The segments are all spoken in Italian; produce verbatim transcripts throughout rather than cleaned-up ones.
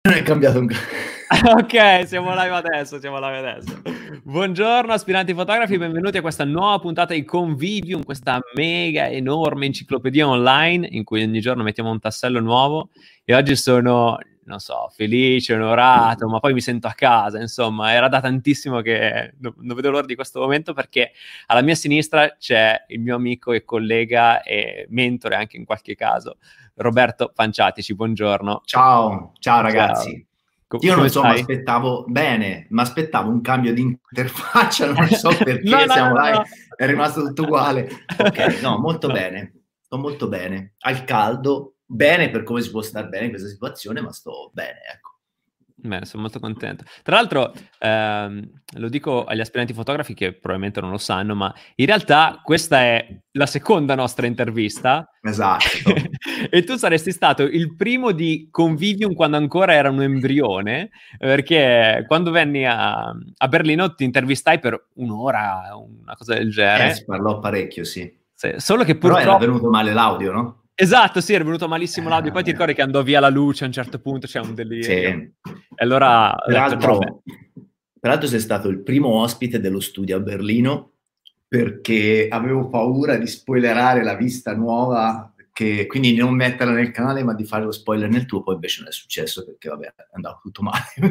non è cambiato un Ok, siamo live adesso, siamo live adesso. Buongiorno aspiranti fotografi, benvenuti a questa nuova puntata di Convivium, questa mega enorme enciclopedia online in cui ogni giorno mettiamo un tassello nuovo e oggi sono, non so, felice, onorato, ma poi mi sento a casa, insomma, era da tantissimo che non, non vedo l'ora di questo momento perché alla mia sinistra c'è il mio amico e collega e mentore anche in qualche caso, Roberto Panciatici, buongiorno. Ciao, ciao ragazzi. Ciao. Co- Io non so, mi stai? aspettavo bene, mi aspettavo un cambio di interfaccia, non so perché, no, no, siamo no, là, no. è rimasto tutto uguale. Ok, no, molto no. bene, sto molto bene, al caldo, bene per come si può stare bene in questa situazione, ma sto bene, ecco. Bene, sono molto contento. Tra l'altro, ehm, lo dico agli aspiranti fotografi che probabilmente non lo sanno, ma in realtà questa è la seconda nostra intervista. Esatto. E tu saresti stato il primo di Convivium quando ancora era un embrione, perché quando venni a, a Berlino ti intervistai per un'ora, una cosa del genere. Eh, si parlò parecchio, sì. sì. Solo che purtroppo... Però era venuto male l'audio, no? Esatto, sì, era venuto malissimo l'audio, poi ti ricordi che andò via la luce a un certo punto, c'è un delirio. Sì. E allora ho peraltro, detto, peraltro sei stato il primo ospite dello studio a Berlino perché avevo paura di spoilerare la vista nuova, che, quindi non metterla nel canale ma di fare lo spoiler nel tuo, poi invece non è successo perché vabbè, è andato tutto male.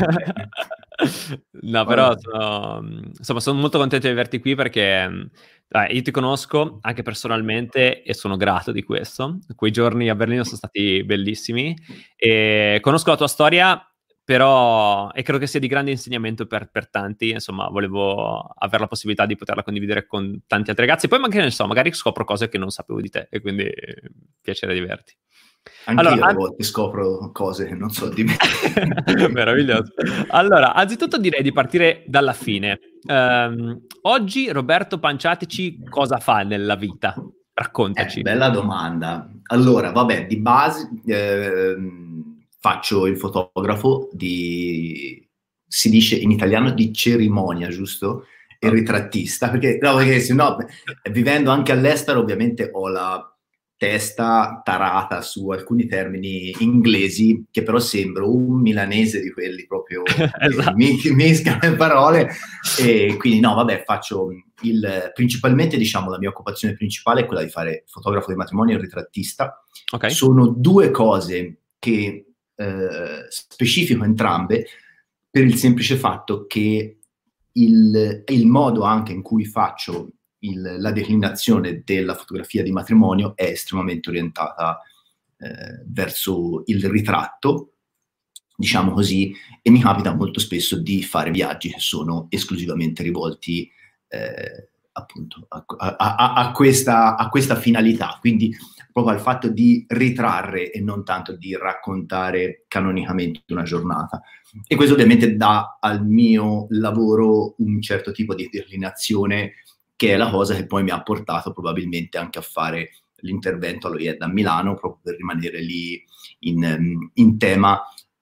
No, però sono, insomma, sono molto contento di averti qui perché dai, io ti conosco anche personalmente e sono grato di questo. Quei giorni a Berlino sono stati bellissimi e conosco la tua storia, però e credo che sia di grande insegnamento per, per tanti. Insomma, volevo avere la possibilità di poterla condividere con tanti altri ragazzi. Poi magari, non so, magari scopro cose che non sapevo di te e quindi piacere di averti. Anch'io allora, a volte scopro cose che non so di me. Meraviglioso. Allora, anzitutto direi di partire dalla fine. Um, oggi Roberto Panciatici cosa fa nella vita? Raccontaci. Eh, bella domanda. Allora, vabbè, di base eh, faccio il fotografo di, si dice in italiano, di cerimonia, giusto? Il ritrattista, perché, no, perché se no, vivendo anche all'estero, ovviamente ho la testa tarata su alcuni termini inglesi, che però sembro un milanese di quelli proprio esatto. mi, mi mischiano le parole, e quindi no, vabbè, faccio il, principalmente, diciamo, la mia occupazione principale è quella di fare fotografo di matrimonio e ritrattista. Okay. Sono due cose che eh, specifico entrambe per il semplice fatto che il, il modo anche in cui faccio Il, la declinazione della fotografia di matrimonio è estremamente orientata eh, verso il ritratto, diciamo così, e mi capita molto spesso di fare viaggi che sono esclusivamente rivolti eh, appunto a, a, a, a, questa, a questa finalità, quindi proprio al fatto di ritrarre e non tanto di raccontare canonicamente una giornata. E questo ovviamente dà al mio lavoro un certo tipo di declinazione, che è la cosa che poi mi ha portato probabilmente anche a fare l'intervento allo I E D a Milano, proprio per rimanere lì in, in tema,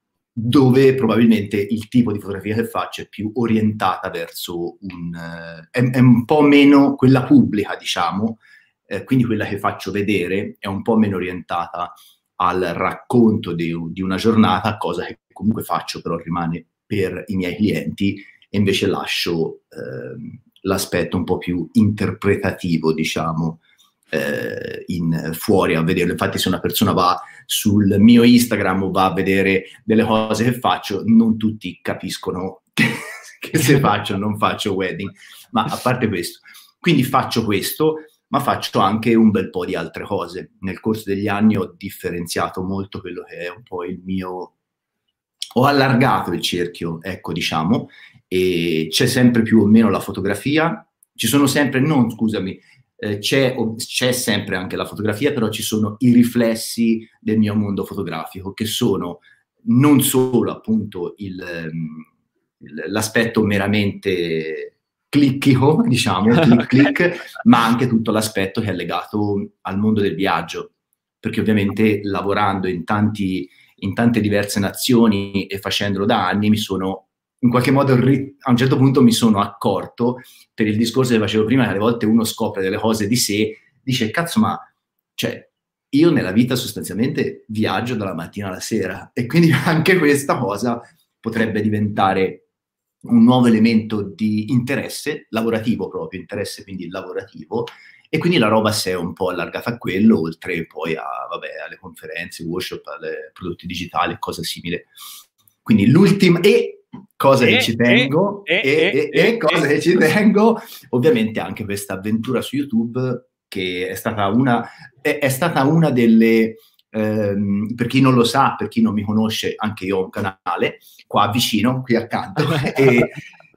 dove probabilmente il tipo di fotografia che faccio è più orientata verso un... Eh, è, è un po' meno quella pubblica, diciamo, eh, quindi quella che faccio vedere è un po' meno orientata al racconto di, di una giornata, cosa che comunque faccio, però rimane per i miei clienti, e invece lascio... Eh, l'aspetto un po' più interpretativo, diciamo, eh, in, fuori a vederlo. Infatti se una persona va sul mio Instagram o va a vedere delle cose che faccio, non tutti capiscono che se faccio o non faccio wedding, ma a parte questo. Quindi faccio questo, ma faccio anche un bel po' di altre cose. Nel corso degli anni ho differenziato molto quello che è un po' il mio... ho allargato il cerchio, ecco, diciamo, e c'è sempre più o meno la fotografia, ci sono sempre, non, scusami, eh, c'è, c'è sempre anche la fotografia, però ci sono i riflessi del mio mondo fotografico, che sono non solo appunto il, il, l'aspetto meramente clicchico, diciamo, click click, ma anche tutto l'aspetto che è legato al mondo del viaggio, perché ovviamente lavorando in tanti... in tante diverse nazioni e facendolo da anni, mi sono in qualche modo ri- a un certo punto mi sono accorto, per il discorso che facevo prima, che alle volte uno scopre delle cose di sé, dice cazzo, ma cioè io nella vita sostanzialmente viaggio dalla mattina alla sera e quindi anche questa cosa potrebbe diventare un nuovo elemento di interesse lavorativo proprio, interesse quindi lavorativo, e quindi la roba si è un po' allargata a quello, oltre poi a, vabbè, alle conferenze, workshop, alle prodotti digitali e cose simili. Quindi l'ultima, e cosa e, che ci tengo, e, e, e, e, e, e cosa e. che ci tengo, ovviamente anche questa avventura su YouTube, che è stata una, è, è stata una delle, ehm, per chi non lo sa, per chi non mi conosce, anche io ho un canale, qua vicino, qui accanto, e,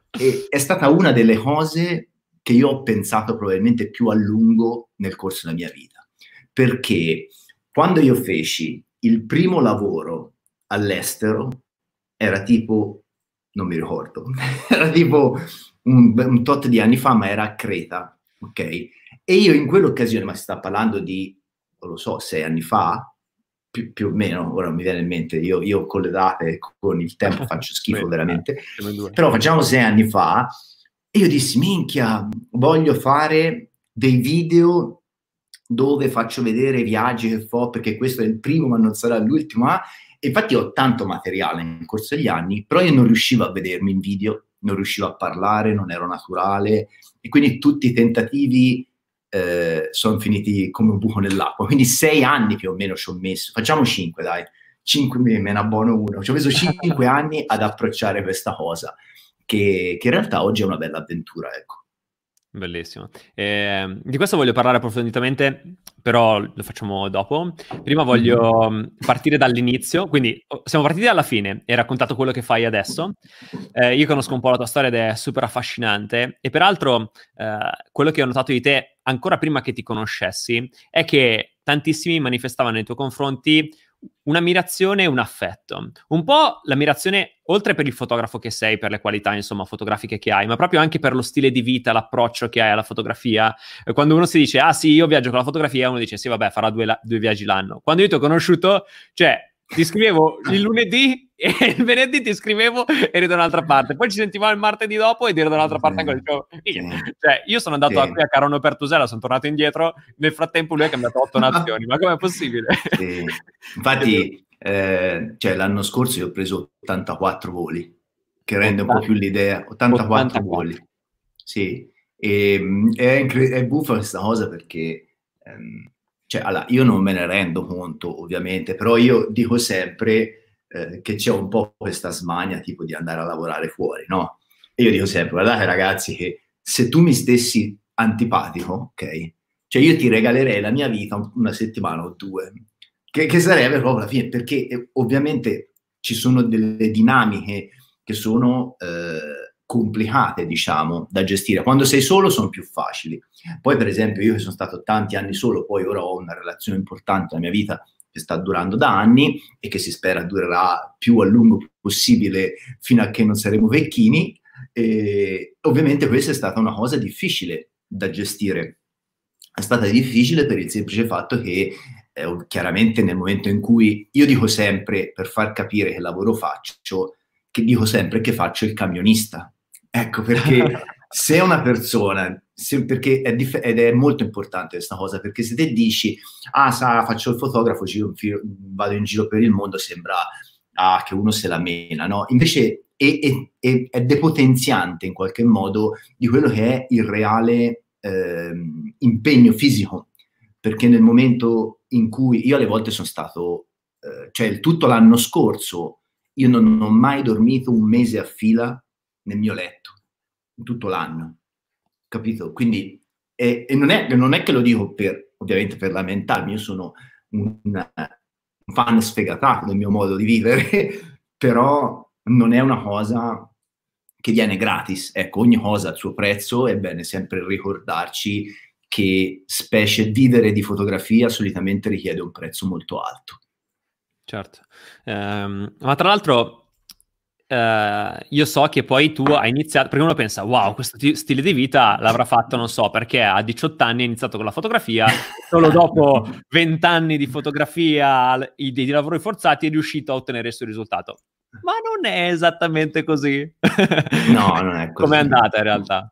e è stata una delle cose che io ho pensato probabilmente più a lungo nel corso della mia vita, perché quando io feci il primo lavoro all'estero, era tipo, non mi ricordo, era tipo un, un tot di anni fa, ma era a Creta, ok? E io in quell'occasione, ma si sta parlando di, non lo so, sei anni fa, più, più o meno, ora non mi viene in mente, io, io con le date, con il tempo faccio schifo Beh, veramente, eh, però facciamo sei anni fa, e io dissi, minchia, voglio fare dei video dove faccio vedere i viaggi che fo, perché questo è il primo ma non sarà l'ultimo, eh? E infatti ho tanto materiale nel corso degli anni, però io non riuscivo a vedermi in video, non riuscivo a parlare, non ero naturale, e quindi tutti i tentativi eh, sono finiti come un buco nell'acqua. Quindi sei anni più o meno ci ho messo, facciamo cinque dai, cinque me ne abbono uno, ci ho messo cinque anni ad approcciare questa cosa, che, che in realtà oggi è una bella avventura, ecco. Bellissimo. Eh, di questo voglio parlare approfonditamente, però lo facciamo dopo. Prima voglio mm-hmm. partire dall'inizio, quindi siamo partiti dalla fine e hai raccontato quello che fai adesso. Eh, io conosco un po' la tua storia ed è super affascinante, e peraltro eh, quello che ho notato di te ancora prima che ti conoscessi è che tantissimi manifestavano nei tuoi confronti un'ammirazione e un affetto. Un po' l'ammirazione, oltre per il fotografo che sei, per le qualità, insomma, fotografiche che hai, ma proprio anche per lo stile di vita, l'approccio che hai alla fotografia. Quando uno si dice, ah sì, io viaggio con la fotografia, uno dice, sì, vabbè, farà due, la- due viaggi l'anno. Quando io ti ho conosciuto, cioè, ti scrivevo il lunedì e il venerdì ti scrivevo e eri da un'altra parte. Poi ci sentivamo il martedì dopo ed ero da un'altra parte ancora. Dicevo, cioè, io sono andato sì. qui a Carano Pertusela, sono tornato indietro, nel frattempo lui ha cambiato otto nazioni. Ma com'è possibile? Sì. Infatti, eh, cioè, l'anno scorso io ho preso ottantaquattro voli, che rende un po' più l'idea. ottantaquattro, ottantaquattro voli. Sì. E, è, incre- è buffa questa cosa perché... Ehm, cioè, allora, io non me ne rendo conto, ovviamente, però io dico sempre eh, che c'è un po' questa smania tipo di andare a lavorare fuori, no? E io dico sempre, guardate ragazzi, che se tu mi stessi antipatico, ok? Cioè io ti regalerei la mia vita una settimana o due, che, che sarebbe proprio la fine, perché eh, ovviamente ci sono delle dinamiche che sono eh, complicate, diciamo, da gestire. Quando sei solo sono più facili. Poi, per esempio, io che sono stato tanti anni solo, poi ora ho una relazione importante nella mia vita che sta durando da anni e che si spera durerà più a lungo possibile fino a che non saremo vecchini. E ovviamente questa è stata una cosa difficile da gestire. È stata difficile per il semplice fatto che eh, chiaramente nel momento in cui io dico sempre, per far capire che lavoro faccio, che dico sempre che faccio il camionista. Ecco, perché se una persona, se, perché è dif- ed è molto importante questa cosa, perché se te dici, ah, sa, faccio il fotografo, giro, vado in giro per il mondo, sembra ah, che uno se la mena, no? Invece è, è, è, è depotenziante in qualche modo di quello che è il reale eh, impegno fisico, perché nel momento in cui io alle volte sono stato, eh, cioè tutto l'anno scorso, io non, non ho mai dormito un mese a fila nel mio letto, tutto l'anno, capito? Quindi, e, e non, è, non è che lo dico per, ovviamente per lamentarmi, io sono un, un fan sfegatato del mio modo di vivere, però non è una cosa che viene gratis, ecco, ogni cosa ha il suo prezzo, è bene sempre ricordarci che specie vivere di fotografia solitamente richiede un prezzo molto alto. Certo, um, ma tra l'altro Uh, io so che poi tu hai iniziato, perché uno pensa, wow, questo t- stile di vita l'avrà fatto, non so, perché a diciotto anni ha iniziato con la fotografia, solo dopo venti anni di fotografia, di, di lavori forzati, è riuscito a ottenere il suo risultato. Ma non è esattamente così. No, non è così. Com'è andata in realtà?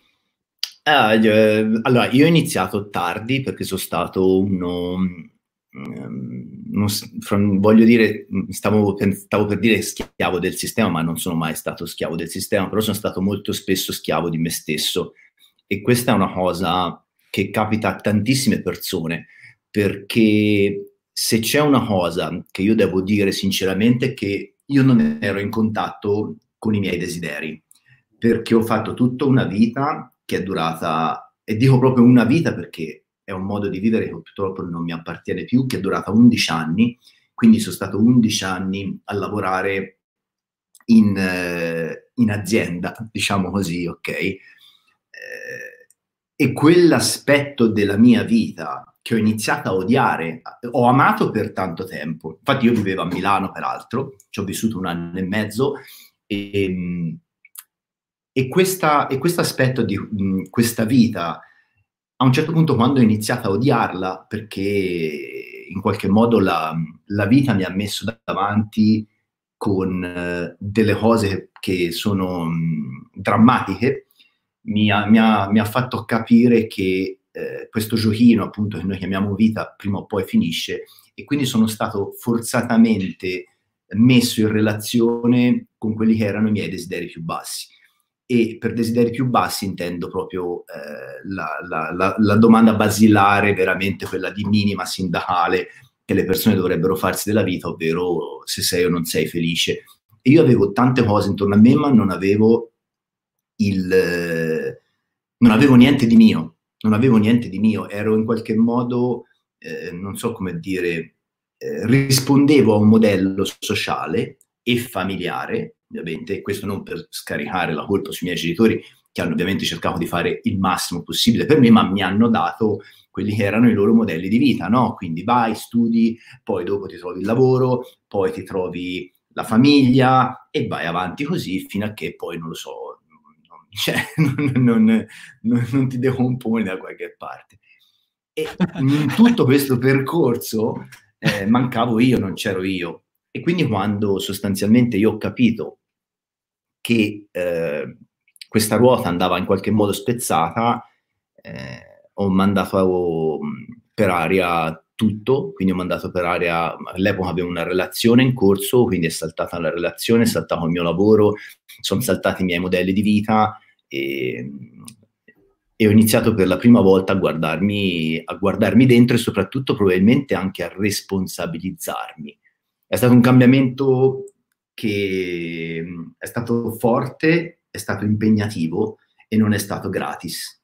Eh, allora, io ho iniziato tardi perché sono stato uno... non, voglio dire, stavo per, stavo per dire schiavo del sistema, ma non sono mai stato schiavo del sistema, però sono stato molto spesso schiavo di me stesso, e questa è una cosa che capita a tantissime persone, perché se c'è una cosa che io devo dire sinceramente è che io non ero in contatto con i miei desideri, perché ho fatto tutta una vita che è durata, e dico proprio una vita perché è un modo di vivere che purtroppo non mi appartiene più, che è durata undici anni, quindi sono stato undici anni a lavorare in, eh, in azienda, diciamo così, ok? Eh, e quell'aspetto della mia vita che ho iniziato a odiare, ho amato per tanto tempo. Infatti io vivevo a Milano, peraltro, ci ho vissuto un anno e mezzo, e, e, questa, e questo aspetto di mh, questa vita, a un certo punto, quando ho iniziato a odiarla, perché in qualche modo la, la vita mi ha messo davanti con uh, delle cose che sono mh, drammatiche, mi ha, mi, ha, mi ha fatto capire che eh, questo giochino, appunto, che noi chiamiamo vita, prima o poi finisce, e quindi sono stato forzatamente messo in relazione con quelli che erano i miei desideri più bassi. E per desideri più bassi intendo proprio eh, la, la, la, la domanda basilare, veramente quella di minima sindacale che le persone dovrebbero farsi della vita, ovvero se sei o non sei felice. E io avevo tante cose intorno a me, ma non avevo il eh, non avevo niente di mio, non avevo niente di mio, ero in qualche modo, eh, non so come dire, eh, rispondevo a un modello sociale e familiare, ovviamente, questo non per scaricare la colpa sui miei genitori, che hanno ovviamente cercato di fare il massimo possibile per me, ma mi hanno dato quelli che erano i loro modelli di vita, no? Quindi vai, studi, poi dopo ti trovi il lavoro, poi ti trovi la famiglia e vai avanti così fino a che poi, non lo so, non, cioè, non, non, non, non ti decomponi da qualche parte. E in tutto questo percorso eh, mancavo io, non c'ero io. E quindi quando sostanzialmente io ho capito che eh, questa ruota andava in qualche modo spezzata, eh, ho mandato per aria tutto, quindi ho mandato per aria, all'epoca avevo una relazione in corso, quindi è saltata la relazione, è saltato il mio lavoro, sono saltati i miei modelli di vita, e, e ho iniziato per la prima volta a guardarmi, a guardarmi dentro, e soprattutto probabilmente anche a responsabilizzarmi. È stato un cambiamento che è stato forte, è stato impegnativo e non è stato gratis.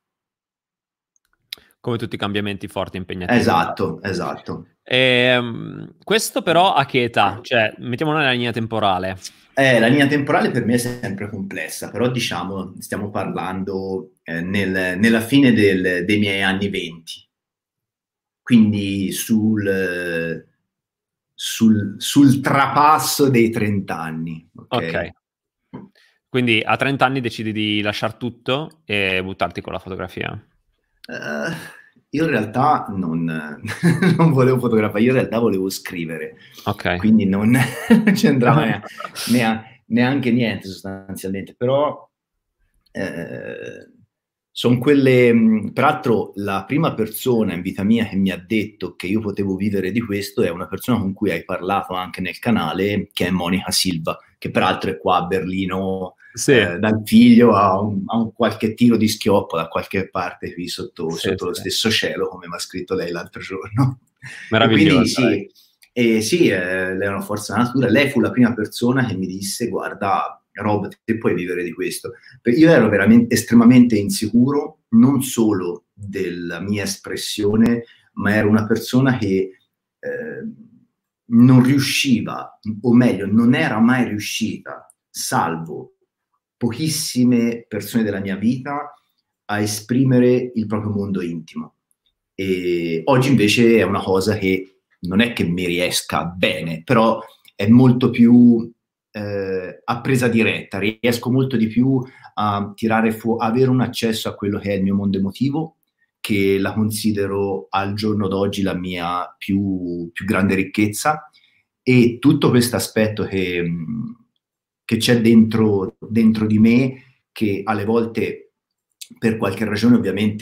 Come tutti i cambiamenti forti e impegnativi. Esatto, esatto. E, questo però a che età? Cioè, mettiamo nella linea temporale. Eh, la linea temporale per me è sempre complessa, però diciamo, stiamo parlando eh, nel, nella fine del, dei miei anni venti. Quindi sul, sul, sul trapasso dei trenta anni. Okay? Ok. Quindi a trenta anni decidi di lasciare tutto e buttarti con la fotografia. Uh, io in realtà non, non volevo fotografare, io in realtà volevo scrivere. Ok. Quindi non, non ci andava neanche, neanche, neanche niente sostanzialmente, però eh, sono quelle, peraltro la prima persona in vita mia che mi ha detto che io potevo vivere di questo è una persona con cui hai parlato anche nel canale, che è Monica Silva, che peraltro è qua a Berlino, sì. eh, dal figlio a un, a un qualche tiro di schioppo da qualche parte qui sotto, sì, sotto sì. lo stesso cielo, come mi ha scritto lei l'altro giorno. Meraviglioso. E quindi sì, e sì eh, lei è una forza natura, lei fu la prima persona che mi disse: guarda Rob, te puoi vivere di questo. Perché io ero veramente estremamente insicuro, non solo della mia espressione, ma ero una persona che eh, non riusciva, o meglio, non era mai riuscita, salvo pochissime persone della mia vita, a esprimere il proprio mondo intimo. E oggi invece è una cosa che non è che mi riesca bene, però è molto più eh, a presa diretta, riesco molto di più a tirare fuori, avere un accesso a quello che è il mio mondo emotivo, che la considero al giorno d'oggi la mia più, più grande ricchezza, e tutto questo aspetto che, che c'è dentro, dentro di me, che alle volte per qualche ragione ovviamente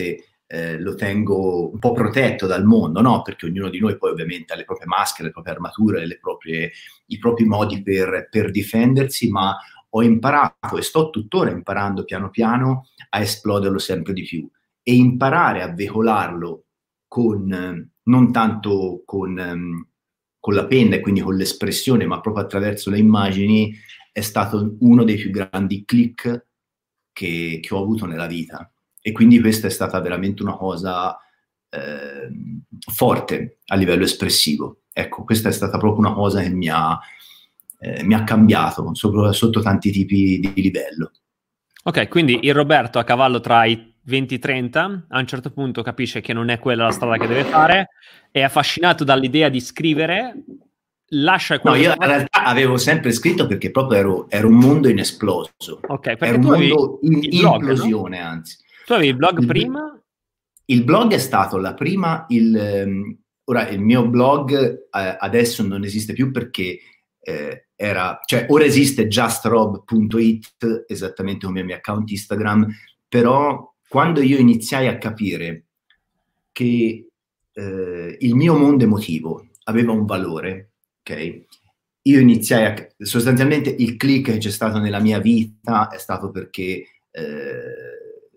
eh, lo tengo un po' protetto dal mondo, no? Perché ognuno di noi poi ovviamente ha le proprie maschere, le proprie armature, le proprie, i propri modi per, per difendersi, ma ho imparato e sto tuttora imparando piano piano a esploderlo sempre di più e imparare a veicolarlo con, non tanto con, um, con la penna e quindi con l'espressione, ma proprio attraverso le immagini, è stato uno dei più grandi click che, che ho avuto nella vita. E quindi questa è stata veramente una cosa eh, forte a livello espressivo. Ecco, questa è stata proprio una cosa che mi ha, eh, mi ha cambiato sotto, sotto tanti tipi di livello. Ok, quindi il Roberto a cavallo tra i venti trenta, a un certo punto capisce che non è quella la strada che deve fare, è affascinato dall'idea di scrivere, lascia quello no, che io stava in realtà avevo sempre scritto perché proprio ero, ero un mondo inesploso. Ok, perché era un tu avevi mondo in il blog, implosione, no? anzi. Tu avevi il blog il, prima? Il blog è stato la prima, il, um, ora il mio blog eh, adesso non esiste più perché eh, era, cioè ora esiste justrob punto it, esattamente come il mio account Instagram, però quando io iniziai a capire che eh, il mio mondo emotivo aveva un valore, ok? Io iniziai a, sostanzialmente il click che c'è stato nella mia vita è stato perché eh,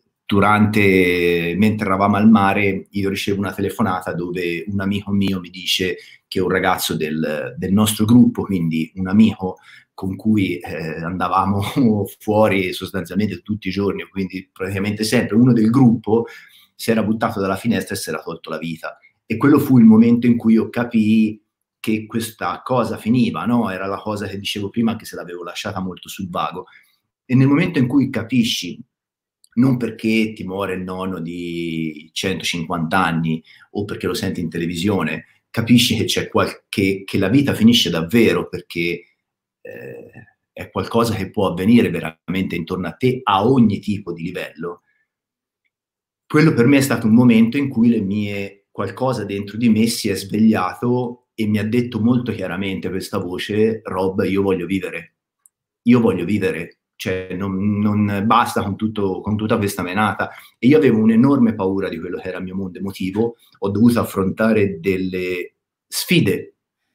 durante, mentre eravamo al mare, io ricevo una telefonata dove un amico mio mi dice che un ragazzo del, del nostro gruppo, quindi un amico con cui eh, andavamo fuori sostanzialmente tutti i giorni, quindi praticamente sempre uno del gruppo, si era buttato dalla finestra e si era tolto la vita. E quello fu il momento in cui io capii che questa cosa finiva, no? Era la cosa che dicevo prima, anche se l'avevo lasciata molto sul vago. E nel momento in cui capisci, non perché ti muore il nonno di centocinquanta anni o perché lo senti in televisione, capisci che c'è qualche, che la vita finisce davvero perché eh, è qualcosa che può avvenire veramente intorno a te a ogni tipo di livello. Quello per me è stato un momento in cui le mie, qualcosa dentro di me si è svegliato e mi ha detto molto chiaramente questa voce: Rob, io voglio vivere, io voglio vivere, cioè non, non basta con, tutto, con tutta questa menata. E io avevo un'enorme paura di quello che era il mio mondo emotivo, ho dovuto affrontare delle sfide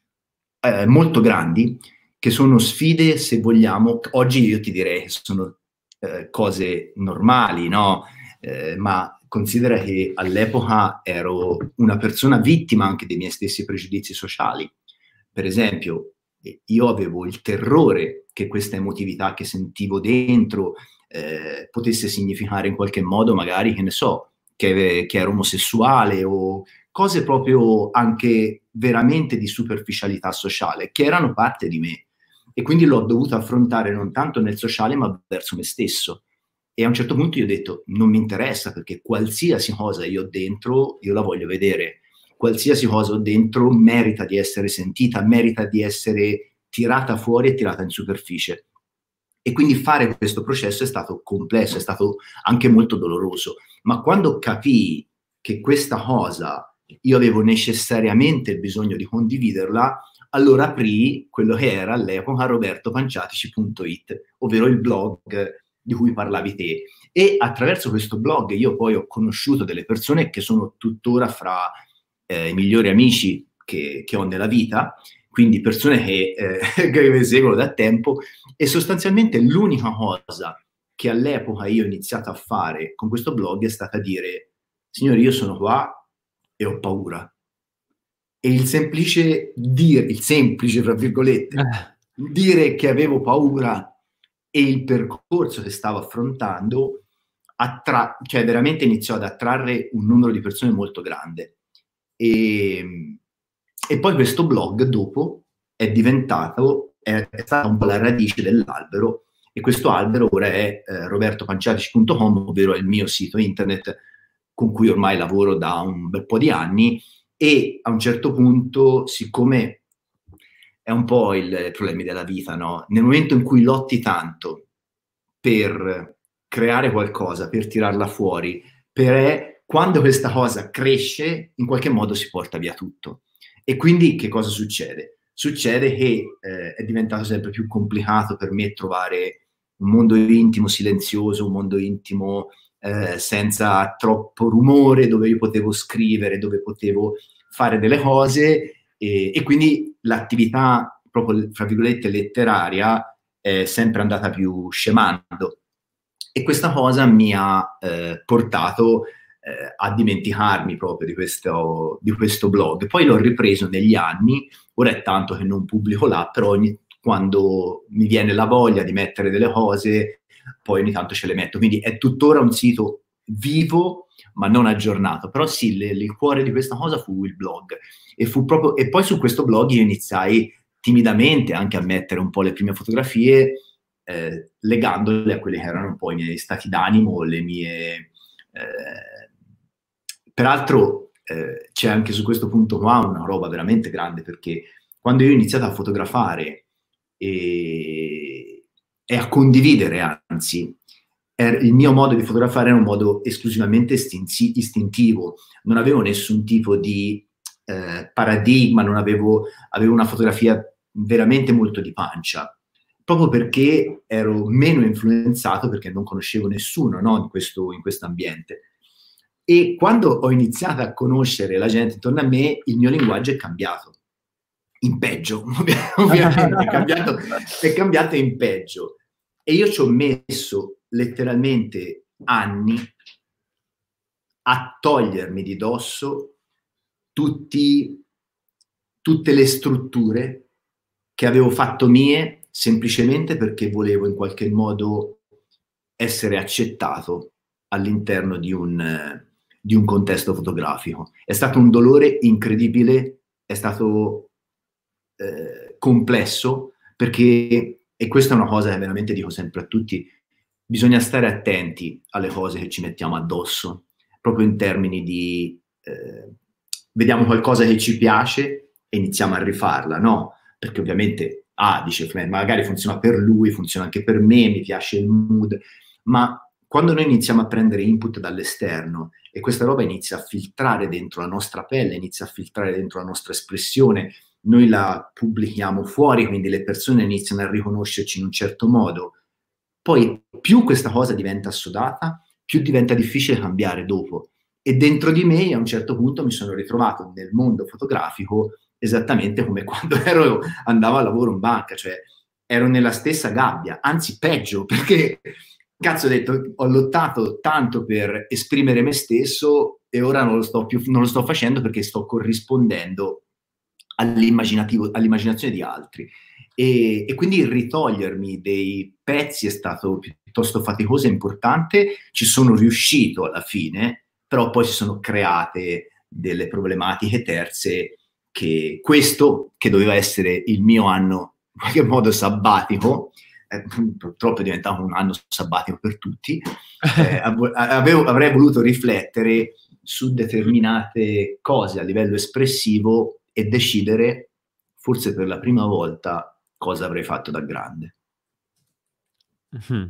eh, molto grandi, che sono sfide, se vogliamo, oggi io ti direi che sono eh, cose normali, no? Eh, ma considera che all'epoca ero una persona vittima anche dei miei stessi pregiudizi sociali. Per esempio, io avevo il terrore che questa emotività che sentivo dentro eh, potesse significare in qualche modo, magari, che ne so, che, che ero omosessuale o cose proprio anche veramente di superficialità sociale, che erano parte di me. E quindi l'ho dovuto affrontare non tanto nel sociale, ma verso me stesso. E a un certo punto io ho detto, non mi interessa, perché qualsiasi cosa io ho dentro, io la voglio vedere. Qualsiasi cosa ho dentro merita di essere sentita, merita di essere tirata fuori e tirata in superficie. E quindi fare questo processo è stato complesso, è stato anche molto doloroso. Ma quando capii che questa cosa io avevo necessariamente il bisogno di condividerla, allora aprii quello che era all'epoca roberto panciatici punto it, ovvero il blog di cui parlavi te. E attraverso questo blog io poi ho conosciuto delle persone che sono tuttora fra eh, i migliori amici che, che ho nella vita, quindi persone che, eh, che mi seguono da tempo, e sostanzialmente l'unica cosa che all'epoca io ho iniziato a fare con questo blog è stata dire: signori, io sono qua e ho paura. E il semplice dire, il semplice, tra virgolette, dire che avevo paura e il percorso che stavo affrontando, attra- cioè veramente iniziò ad attrarre un numero di persone molto grande. E, e poi questo blog dopo è diventato, è, è stata un po' la radice dell'albero, e questo albero ora è eh, roberto panciatici punto com, ovvero è il mio sito internet con cui ormai lavoro da un bel po' di anni. E a un certo punto, siccome è un po' il problema della vita, no? Nel momento in cui lotti tanto per creare qualcosa, per tirarla fuori, per quando questa cosa cresce, in qualche modo si porta via tutto. E quindi che cosa succede? Succede che eh, è diventato sempre più complicato per me trovare un mondo intimo silenzioso, un mondo intimo eh, senza troppo rumore, dove io potevo scrivere, dove potevo fare delle cose, e, e quindi l'attività proprio, fra virgolette, letteraria è sempre andata più scemando. E questa cosa mi ha eh, portato eh, a dimenticarmi proprio di questo, di questo blog. Poi l'ho ripreso negli anni, ora è tanto che non pubblico là, però ogni, quando mi viene la voglia di mettere delle cose, poi ogni tanto ce le metto. Quindi è tuttora un sito vivo, ma non aggiornato. Però sì, le, il cuore di questa cosa fu il blog. E, fu proprio, e poi su questo blog io iniziai timidamente anche a mettere un po' le prime fotografie, eh, legandole a quelli che erano un po' i miei stati d'animo, le mie... Eh... Peraltro eh, c'è anche su questo punto qua una roba veramente grande, perché quando io ho iniziato a fotografare e, e a condividere, anzi, er, il mio modo di fotografare era un modo esclusivamente istinzi- istintivo, non avevo nessun tipo di eh, paradigma, non avevo, avevo una fotografia veramente molto di pancia, proprio perché ero meno influenzato, perché non conoscevo nessuno, no, in questo in questo ambiente. E quando ho iniziato a conoscere la gente intorno a me, il mio linguaggio è cambiato, in peggio, ovviamente, è cambiato, è cambiato in peggio. E io ci ho messo letteralmente anni a togliermi di dosso tutti, tutte le strutture che avevo fatto mie, semplicemente perché volevo in qualche modo essere accettato all'interno di un, di un contesto fotografico. È stato un dolore incredibile, è stato eh, complesso, perché, e questa è una cosa che veramente dico sempre a tutti, bisogna stare attenti alle cose che ci mettiamo addosso, proprio in termini di eh, vediamo qualcosa che ci piace e iniziamo a rifarla, no? Perché ovviamente, ah, dice, magari funziona per lui, funziona anche per me, mi piace il mood, ma quando noi iniziamo a prendere input dall'esterno e questa roba inizia a filtrare dentro la nostra pelle, inizia a filtrare dentro la nostra espressione, noi la pubblichiamo fuori, quindi le persone iniziano a riconoscerci in un certo modo, poi più questa cosa diventa assodata, più diventa difficile cambiare dopo. E dentro di me a un certo punto mi sono ritrovato nel mondo fotografico esattamente come quando ero, andavo a lavoro in banca, cioè ero nella stessa gabbia, anzi peggio, perché cazzo ho detto, ho lottato tanto per esprimere me stesso e ora non lo sto più, non lo sto facendo perché sto corrispondendo all'immaginativo, all'immaginazione di altri. E, e quindi ritogliermi dei pezzi è stato piuttosto faticoso e importante. Ci sono riuscito alla fine, però poi si sono create delle problematiche terze, che questo, che doveva essere il mio anno in qualche modo sabbatico, eh, purtroppo è diventato un anno sabbatico per tutti, eh, avevo, avrei voluto riflettere su determinate cose a livello espressivo e decidere, forse per la prima volta, cosa avrei fatto da grande. Mm-hmm.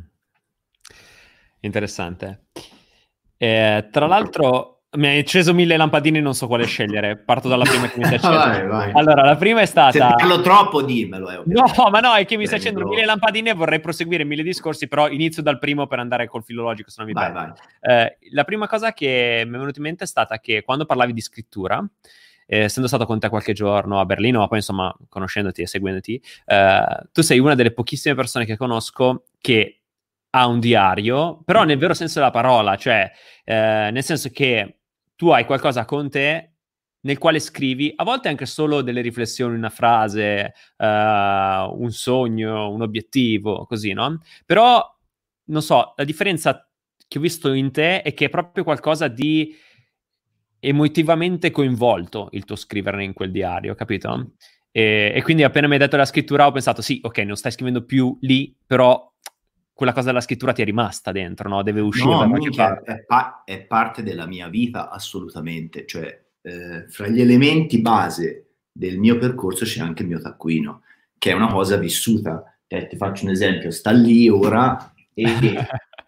Interessante. Eh, tra l'altro mi hai acceso mille lampadine, non so quale scegliere. Parto dalla prima che mi si è accesa. vai, vai. Allora, la prima è stata... Se parlo troppo, dimmelo. Eh, no, ma no, è che mi Beh, sta accendendo mi mille lampadine e vorrei proseguire mille discorsi, però inizio dal primo per andare col filologico, se no mi vai, perdo. vai. Eh, la prima cosa che mi è venuta in mente è stata che quando parlavi di scrittura, eh, essendo stato con te qualche giorno a Berlino, ma poi insomma conoscendoti e seguendoti, eh, tu sei una delle pochissime persone che conosco che ha un diario, però nel vero senso della parola, cioè eh, nel senso che tu hai qualcosa con te nel quale scrivi, a volte anche solo delle riflessioni, una frase, uh, un sogno, un obiettivo, così, no? Però, non so, la differenza che ho visto in te è che è proprio qualcosa di emotivamente coinvolto il tuo scriverne in quel diario, capito? E, e quindi appena mi hai detto la scrittura ho pensato, sì, ok, non stai scrivendo più lì, però quella cosa della scrittura ti è rimasta dentro, no? Deve uscire no, da qualche minchia, parte. È, pa- è parte della mia vita, assolutamente. Cioè, eh, fra gli elementi base del mio percorso c'è anche il mio taccuino, che è una cosa vissuta. Eh, ti faccio un esempio, sta lì ora e,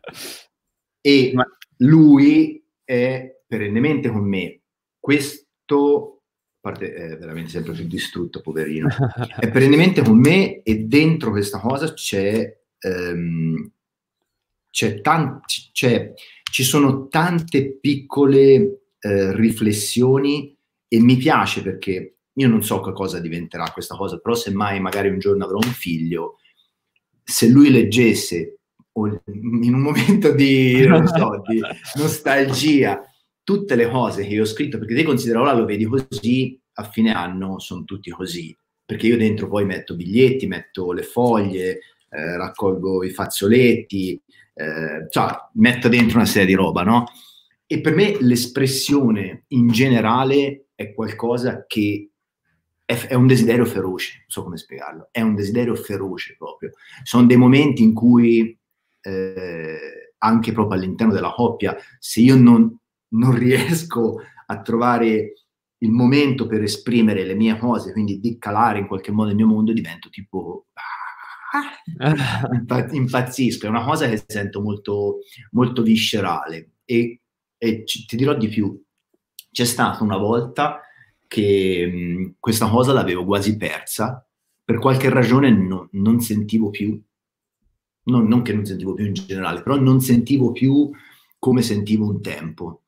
e Ma... lui è perennemente con me. Questo, a parte è veramente sempre più distrutto, poverino, è perennemente con me e dentro questa cosa c'è... Um, C'è, tanti, c'è, ci sono tante piccole eh, riflessioni e mi piace perché io non so che cosa diventerà questa cosa, però se mai magari un giorno avrò un figlio, se lui leggesse o in un momento di, non so, di nostalgia tutte le cose che io ho scritto, perché te considera ora lo vedi così, a fine anno sono tutti così, perché io dentro poi metto biglietti, metto le foglie, eh, raccolgo i fazzoletti, eh, cioè metto dentro una serie di roba, no? E per me l'espressione in generale è qualcosa che è, è un desiderio feroce, non so come spiegarlo, è un desiderio feroce proprio. Sono dei momenti in cui eh, anche proprio all'interno della coppia, se io non, non riesco a trovare il momento per esprimere le mie cose, quindi di calare in qualche modo il mio mondo, divento tipo ah, impazzisco, è una cosa che sento molto, molto viscerale e, e ci, ti dirò di più, c'è stata una volta che mh, questa cosa l'avevo quasi persa, per qualche ragione no, non sentivo più, non, non che non sentivo più in generale, però non sentivo più come sentivo un tempo.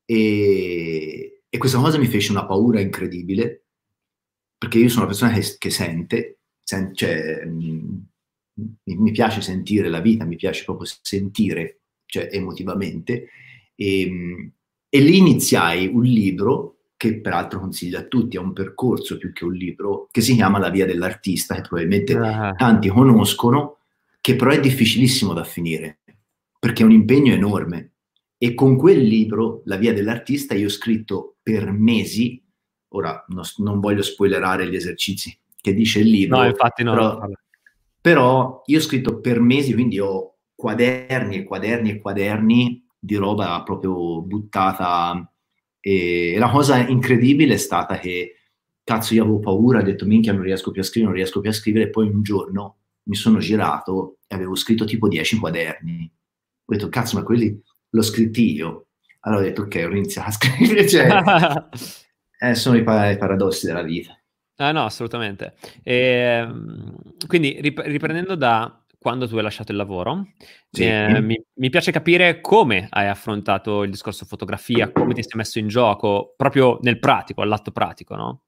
E, e questa cosa mi fece una paura incredibile, perché io sono una persona che, che sente, sen, cioè, mi, mi piace sentire la vita, mi piace proprio sentire, cioè emotivamente, e, e lì iniziai un libro, che peraltro consiglio a tutti, è un percorso più che un libro, che si chiama La via dell'artista, che probabilmente ah. tanti conoscono, che però è difficilissimo da finire, perché è un impegno enorme. E con quel libro, La via dell'artista, io ho scritto per mesi, ora no, non voglio spoilerare gli esercizi che dice il libro, no, infatti no, però, però io ho scritto per mesi, quindi ho quaderni e quaderni e quaderni di roba proprio buttata, e la cosa incredibile è stata che, cazzo, io avevo paura, ho detto, minchia, non riesco più a scrivere, non riesco più a scrivere, e poi un giorno mi sono girato e avevo scritto tipo dieci quaderni. Ho detto, cazzo, ma quelli l'ho scritti io. Allora ho detto, ok, ho iniziato a scrivere, cioè, eh, sono i, pa- i paradossi della vita. Ah, no, assolutamente. E, quindi, rip- riprendendo da quando tu hai lasciato il lavoro, sì. eh, mi, mi piace capire come hai affrontato il discorso fotografia, come ti sei messo in gioco, proprio nel pratico, all'atto pratico, no?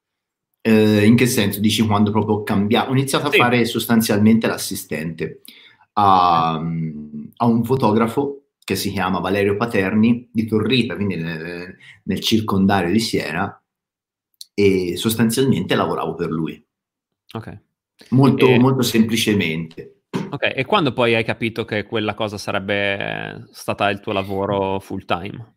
Eh, in che senso? Dici quando proprio ho cambiato? Ho iniziato a sì. fare sostanzialmente l'assistente a, a un fotografo che si chiama Valerio Paterni di Torrita, quindi nel, nel circondario di Siena, e sostanzialmente lavoravo per lui. Ok. Molto, e... molto semplicemente. Ok, e quando poi hai capito che quella cosa sarebbe stata il tuo lavoro full time?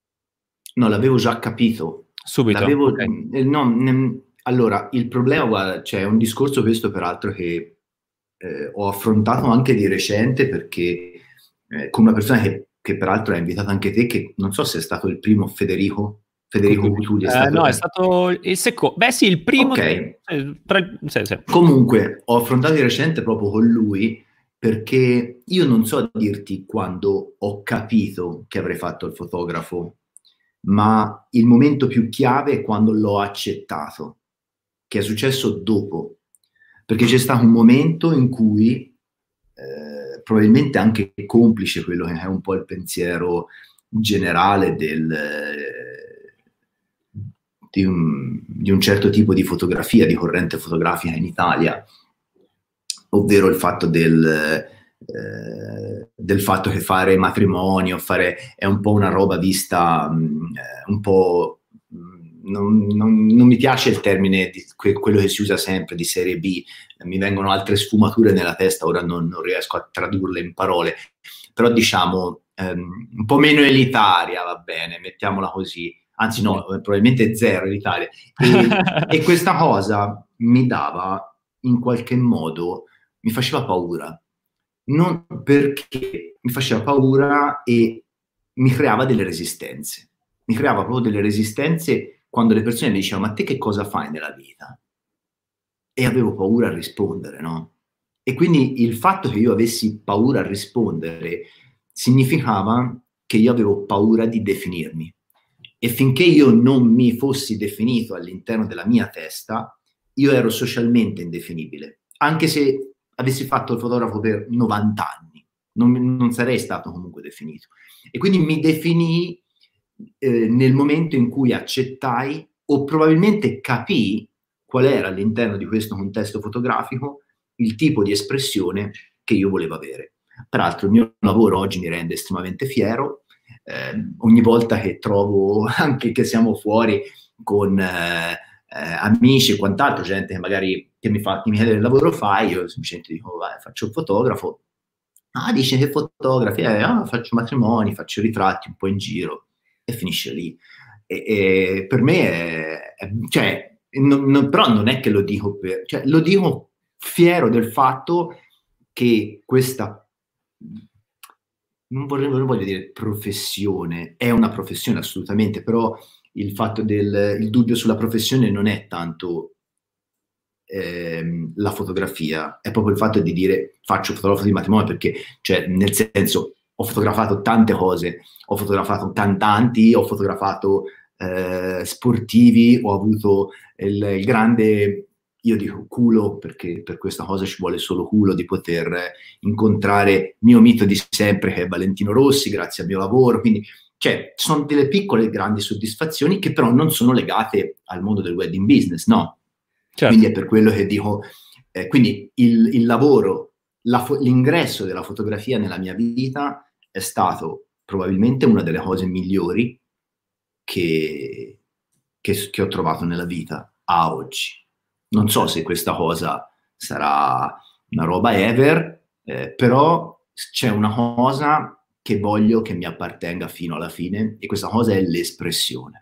No, l'avevo già capito. Subito? L'avevo, okay. eh, no, ne, allora, il problema, guarda, c'è cioè, un discorso questo peraltro che eh, ho affrontato anche di recente, perché eh, con una persona che, che peraltro ha invitato anche te, che non so se è stato il primo Federico, Federico Gutuli. È stato, eh, no, è stato il secondo. Beh sì, il primo. Ok. Di... Tra... Sì, sì. Comunque, ho affrontato di recente proprio con lui, perché io non so dirti quando ho capito che avrei fatto il fotografo, ma il momento più chiave è quando l'ho accettato, che è successo dopo, perché c'è stato un momento in cui, eh, probabilmente anche complice quello che è un po' il pensiero generale del, eh, di, un, di un certo tipo di fotografia, di corrente fotografica in Italia, ovvero il fatto del... Eh, del fatto che fare matrimonio fare, è un po' una roba vista mh, un po' mh, non, non, non mi piace il termine di que, quello che si usa sempre di serie B, mi vengono altre sfumature nella testa, ora non, non riesco a tradurle in parole, però diciamo ehm, un po' meno elitaria, va bene, mettiamola così, anzi no, mm. probabilmente zero elitaria, e, e questa cosa mi dava in qualche modo, mi faceva paura. Non perché mi faceva paura e mi creava delle resistenze. Mi creava proprio delle resistenze quando le persone mi dicevano: ma te che cosa fai nella vita? E avevo paura a rispondere, no? E quindi il fatto che io avessi paura a rispondere significava che io avevo paura di definirmi. E finché io non mi fossi definito all'interno della mia testa, io ero socialmente indefinibile. Anche se avessi fatto il fotografo per novanta anni, non, non sarei stato comunque definito. E quindi mi definii eh, nel momento in cui accettai o probabilmente capii qual era all'interno di questo contesto fotografico il tipo di espressione che io volevo avere. Peraltro il mio lavoro oggi mi rende estremamente fiero. Eh, ogni volta che trovo, anche che siamo fuori con eh, eh, amici e quant'altro, gente che magari che mi, fa, che mi chiede che lavoro fai, io semplicemente dico, vai, faccio il fotografo. Ah, dice che fotografi, eh, ah, faccio matrimoni, faccio ritratti un po' in giro, e finisce lì. E, e per me è, è cioè, non, non, però non è che lo dico per, cioè, lo dico fiero del fatto che questa, non, vorrei, non voglio dire professione, è una professione assolutamente, però il fatto del il dubbio sulla professione non è tanto ehm, la fotografia, è proprio il fatto di dire faccio fotografo di matrimonio, perché, cioè, nel senso, ho fotografato tante cose, ho fotografato cantanti, ho fotografato eh, sportivi, ho avuto il, il grande, io dico culo, perché per questa cosa ci vuole solo culo, di poter incontrare il mio mito di sempre, che è Valentino Rossi, grazie al mio lavoro, quindi, cioè, sono delle piccole grandi soddisfazioni che però non sono legate al mondo del wedding business, no? Certo. Quindi è per quello che dico, eh, quindi il, il lavoro, la fo- l'ingresso della fotografia nella mia vita è stato probabilmente una delle cose migliori che, che, che ho trovato nella vita a oggi. Non so se questa cosa sarà una roba ever, eh, però c'è una cosa che voglio che mi appartenga fino alla fine, e questa cosa è l'espressione.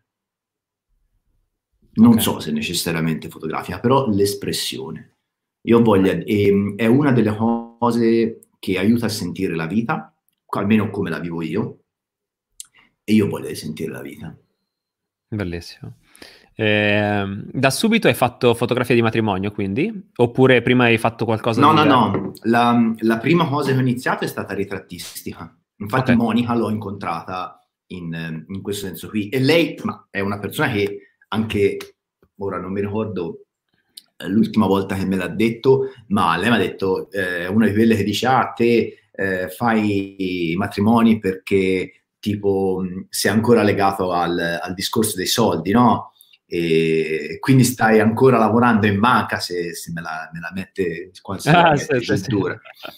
Non okay. so se necessariamente fotografica, però l'espressione. Io voglio, e, è una delle cose che aiuta a sentire la vita, almeno come la vivo io, e io voglio sentire la vita. Bellissimo. Eh, da subito hai fatto fotografia di matrimonio, quindi? Oppure prima hai fatto qualcosa no, di No, diverso? no, no. La, la prima cosa che ho iniziato è stata ritrattistica. Infatti okay. Monica l'ho incontrata in, in questo senso qui. E lei ma, è una persona che anche, ora non mi ricordo eh, l'ultima volta che me l'ha detto, ma lei mi ha detto, è eh, una di quelle che dice, ah, te eh, fai i matrimoni perché tipo sei ancora legato al, al discorso dei soldi, no? E quindi stai ancora lavorando in banca, se, se me, la, me la mette qua, se ah, la mette sì, sì, sì.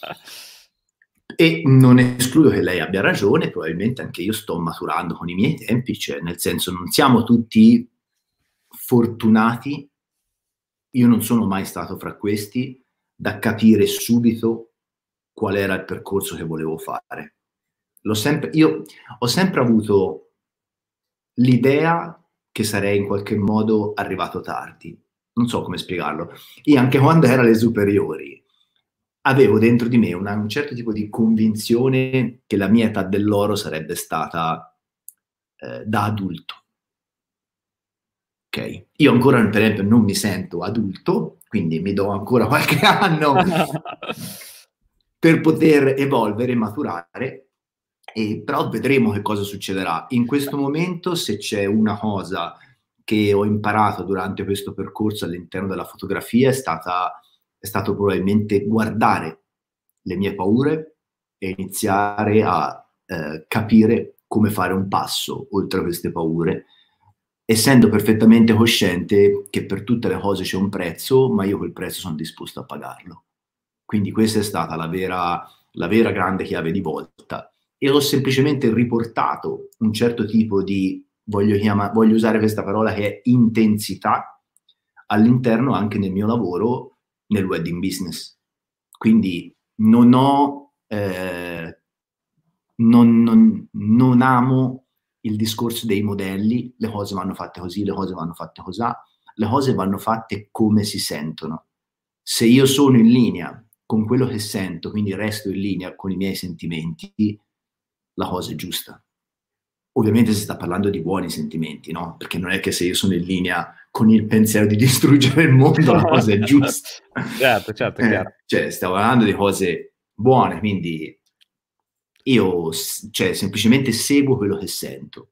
E non escludo che lei abbia ragione, probabilmente anche io sto maturando con i miei tempi, cioè nel senso non siamo tutti fortunati, io non sono mai stato fra questi, da capire subito qual era il percorso che volevo fare. L'ho sempre, io ho sempre avuto l'idea che sarei in qualche modo arrivato tardi. Non so come spiegarlo. Io anche quando ero alle superiori avevo dentro di me una, un certo tipo di convinzione che la mia età dell'oro sarebbe stata eh, da adulto. Ok? Io ancora, per esempio, non mi sento adulto, quindi mi do ancora qualche anno per poter evolvere e maturare. E, però vedremo che cosa succederà. In questo momento, se c'è una cosa che ho imparato durante questo percorso all'interno della fotografia, è stata, è stato probabilmente guardare le mie paure e iniziare a eh, capire come fare un passo oltre queste paure, essendo perfettamente cosciente che per tutte le cose c'è un prezzo, ma io quel prezzo sono disposto a pagarlo. Quindi questa è stata la vera, la vera grande chiave di volta. E ho semplicemente riportato un certo tipo di, voglio, chiama, voglio usare questa parola che è intensità, all'interno anche nel mio lavoro nel wedding business. Quindi non ho, eh, non, non, non amo il discorso dei modelli, le cose vanno fatte così, le cose vanno fatte così, le cose vanno fatte come si sentono. Se io sono in linea con quello che sento, quindi resto in linea con i miei sentimenti, la cosa è giusta. Ovviamente si sta parlando di buoni sentimenti, no? Perché non è che se io sono in linea con il pensiero di distruggere il mondo, la cosa è giusta. Certo, certo, è chiaro. Eh, cioè, stiamo parlando di cose buone, quindi io, cioè, semplicemente seguo quello che sento.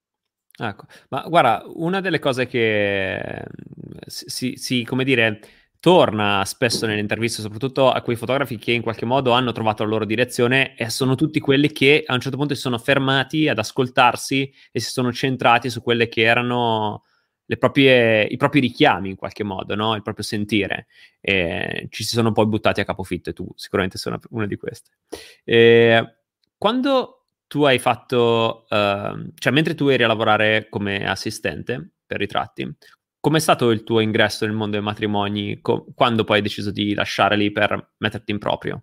Ecco, ma guarda, una delle cose che si, si come dire, torna spesso nelle interviste, soprattutto a quei fotografi che in qualche modo hanno trovato la loro direzione, e sono tutti quelli che a un certo punto si sono fermati ad ascoltarsi e si sono centrati su quelle che erano le proprie, i propri richiami in qualche modo, no? Il proprio sentire. E ci si sono poi buttati a capofitto, e tu sicuramente sei una, una di queste. E quando tu hai fatto, uh, cioè mentre tu eri a lavorare come assistente per ritratti, com'è stato il tuo ingresso nel mondo dei matrimoni? Co- quando poi hai deciso di lasciare lì per metterti in proprio?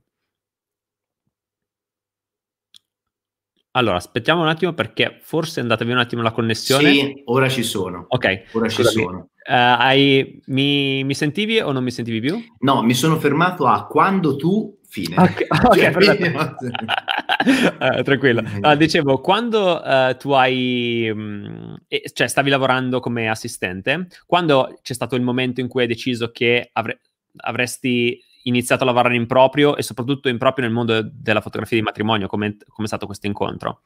Allora, aspettiamo un attimo perché forse è andata via un attimo la connessione. Sì, ora ci sono. Ok, ora scusami. ci sono. Uh, hai, mi, mi sentivi o non mi sentivi più? No, mi sono fermato a quando tu fine. Ok, okay, cioè, perfetto. uh, tranquillo. No, dicevo, quando uh, tu hai, mh, eh, cioè stavi lavorando come assistente, quando c'è stato il momento in cui hai deciso che avre- avresti iniziato a lavorare in proprio, e soprattutto in proprio nel mondo della fotografia di matrimonio, come è stato questo incontro?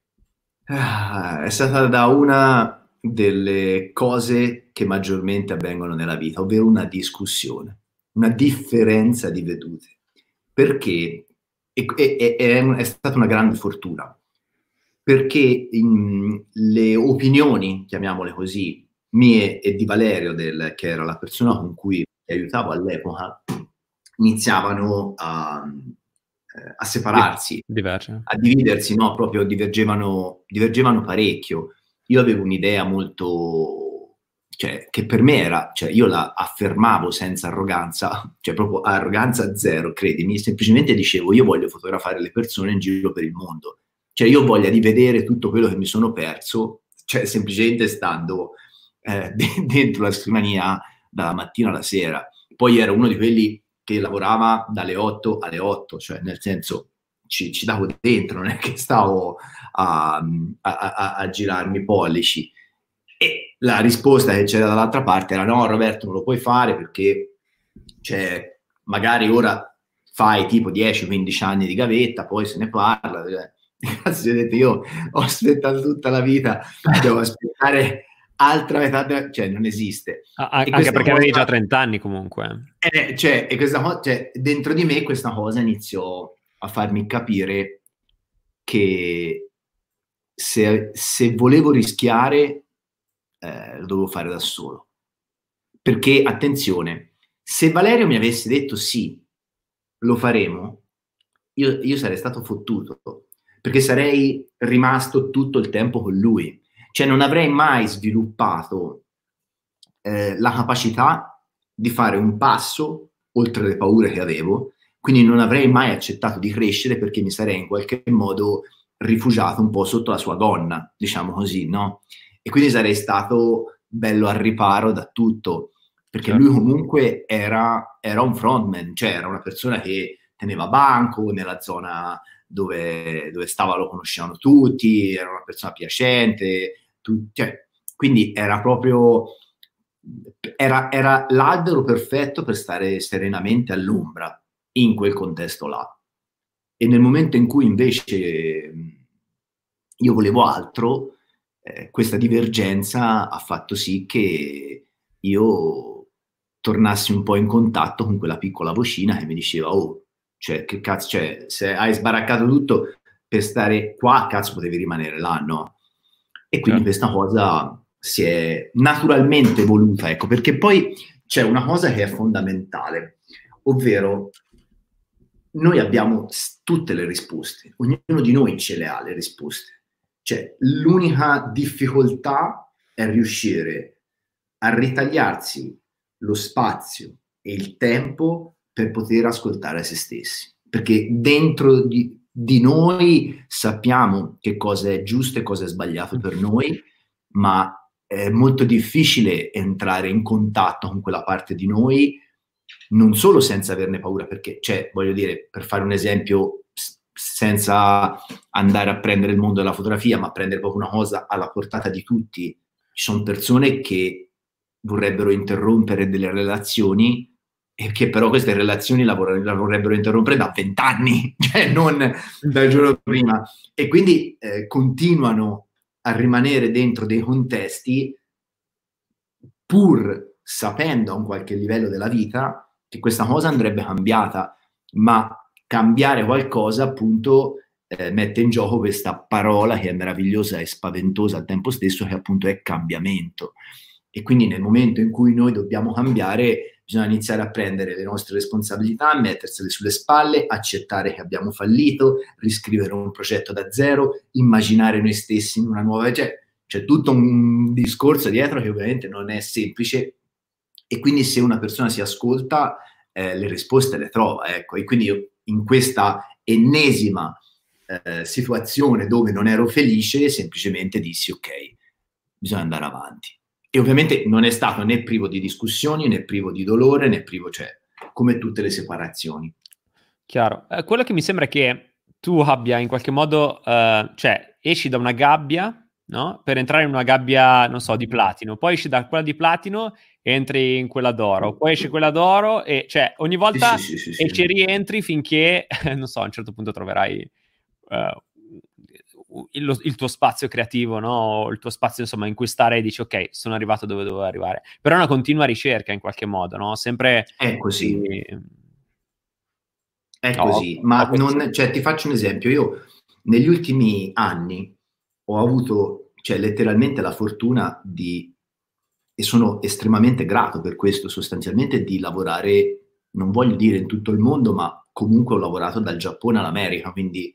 Ah, è stata da una delle cose che maggiormente avvengono nella vita, ovvero una discussione, una differenza di vedute, perché è, è, è, è stata una grande fortuna, perché in, le opinioni, chiamiamole così, mie e di Valerio, del, che era la persona con cui mi aiutavo all'epoca, iniziavano a, a separarsi, Diverse. a dividersi, no? Proprio divergevano, divergevano parecchio. Io avevo un'idea molto, cioè, che per me era, cioè, io la affermavo senza arroganza, cioè proprio arroganza zero, credimi, semplicemente dicevo, io voglio fotografare le persone in giro per il mondo. Cioè, io ho voglia di vedere tutto quello che mi sono perso, cioè, semplicemente stando eh, dentro la scrivania dalla mattina alla sera. Poi era uno di quelli che lavorava dalle otto alle otto, cioè nel senso ci, ci davo dentro, non è che stavo a, a, a, a girarmi i pollici. E la risposta che c'era dall'altra parte era no, Roberto, non lo puoi fare perché cioè, magari ora fai tipo dieci quindici anni di gavetta, poi se ne parla. Cazzo, io ho aspettato tutta la vita, devo aspettare altra metà, de- cioè non esiste. Ah, E anche perché cosa, avevi già trenta anni comunque. Eh, cioè, e questa cosa, cioè, dentro di me questa cosa iniziò a farmi capire che se, se volevo rischiare eh, lo dovevo fare da solo. Perché, attenzione, se Valerio mi avesse detto sì, lo faremo, io, io sarei stato fottuto, perché sarei rimasto tutto il tempo con lui. Cioè non avrei mai sviluppato eh, la capacità di fare un passo oltre le paure che avevo, quindi non avrei mai accettato di crescere perché mi sarei in qualche modo rifugiato un po' sotto la sua gonna, diciamo così, no? E quindi sarei stato bello al riparo da tutto, perché Certo. lui comunque era, era un frontman, cioè era una persona che teneva banco nella zona dove, dove stava, lo conoscevano tutti, era una persona piacente, tu, cioè, quindi era proprio era, era l'albero perfetto per stare serenamente all'ombra in quel contesto là. E nel momento in cui invece io volevo altro, eh, questa divergenza ha fatto sì che io tornassi un po' in contatto con quella piccola vocina che mi diceva oh, cioè, che cazzo, cioè, se hai sbaraccato tutto per stare qua, cazzo, potevi rimanere là, no? E quindi Certo. questa cosa si è naturalmente evoluta, ecco, perché poi c'è una cosa che è fondamentale, ovvero noi abbiamo tutte le risposte, ognuno di noi ce le ha le risposte. Cioè, l'unica difficoltà è riuscire a ritagliarsi lo spazio e il tempo per poter ascoltare se stessi. Perché dentro di, di noi sappiamo che cosa è giusto e cosa è sbagliato per noi, ma è molto difficile entrare in contatto con quella parte di noi, non solo senza averne paura, perché, cioè, voglio dire, per fare un esempio, senza andare a prendere il mondo della fotografia, ma prendere proprio una cosa alla portata di tutti, ci sono persone che vorrebbero interrompere delle relazioni e che però queste relazioni la, vor- la vorrebbero interrompere da vent'anni, cioè non dal giorno prima, e quindi eh, continuano a rimanere dentro dei contesti pur sapendo a un qualche livello della vita che questa cosa andrebbe cambiata, ma cambiare qualcosa appunto eh, mette in gioco questa parola che è meravigliosa e spaventosa al tempo stesso, che appunto è cambiamento. E quindi nel momento in cui noi dobbiamo cambiare, bisogna iniziare a prendere le nostre responsabilità, mettersele sulle spalle, accettare che abbiamo fallito, riscrivere un progetto da zero, immaginare noi stessi in una nuova... Cioè, c'è tutto un discorso dietro che ovviamente non è semplice, e quindi se una persona si ascolta eh, le risposte le trova, ecco. E quindi io in questa ennesima eh, situazione dove non ero felice semplicemente dissi ok, bisogna andare avanti. E ovviamente non è stato né privo di discussioni, né privo di dolore, né privo, cioè, come tutte le separazioni. Chiaro. Eh, quello che mi sembra è che tu abbia in qualche modo, eh, cioè, esci da una gabbia, no? Per entrare in una gabbia, non so, di platino. Poi esci da quella di platino e entri in quella d'oro. Poi esci quella d'oro e, cioè, ogni volta sì, sì, sì, sì, esci e sì. rientri finché, non so, a un certo punto troverai... Uh, Il, il tuo spazio creativo, no? Il tuo spazio, insomma, in cui stare e dici ok, sono arrivato dove dovevo arrivare. Però è una continua ricerca in qualche modo, no? Sempre... È così. Eh, È ho, così. ho Ma questo... non, cioè, ti faccio un esempio. Io negli ultimi anni ho avuto, cioè, letteralmente la fortuna di, e sono estremamente grato per questo, sostanzialmente, di lavorare, non voglio dire in tutto il mondo, ma comunque ho lavorato dal Giappone all'America, quindi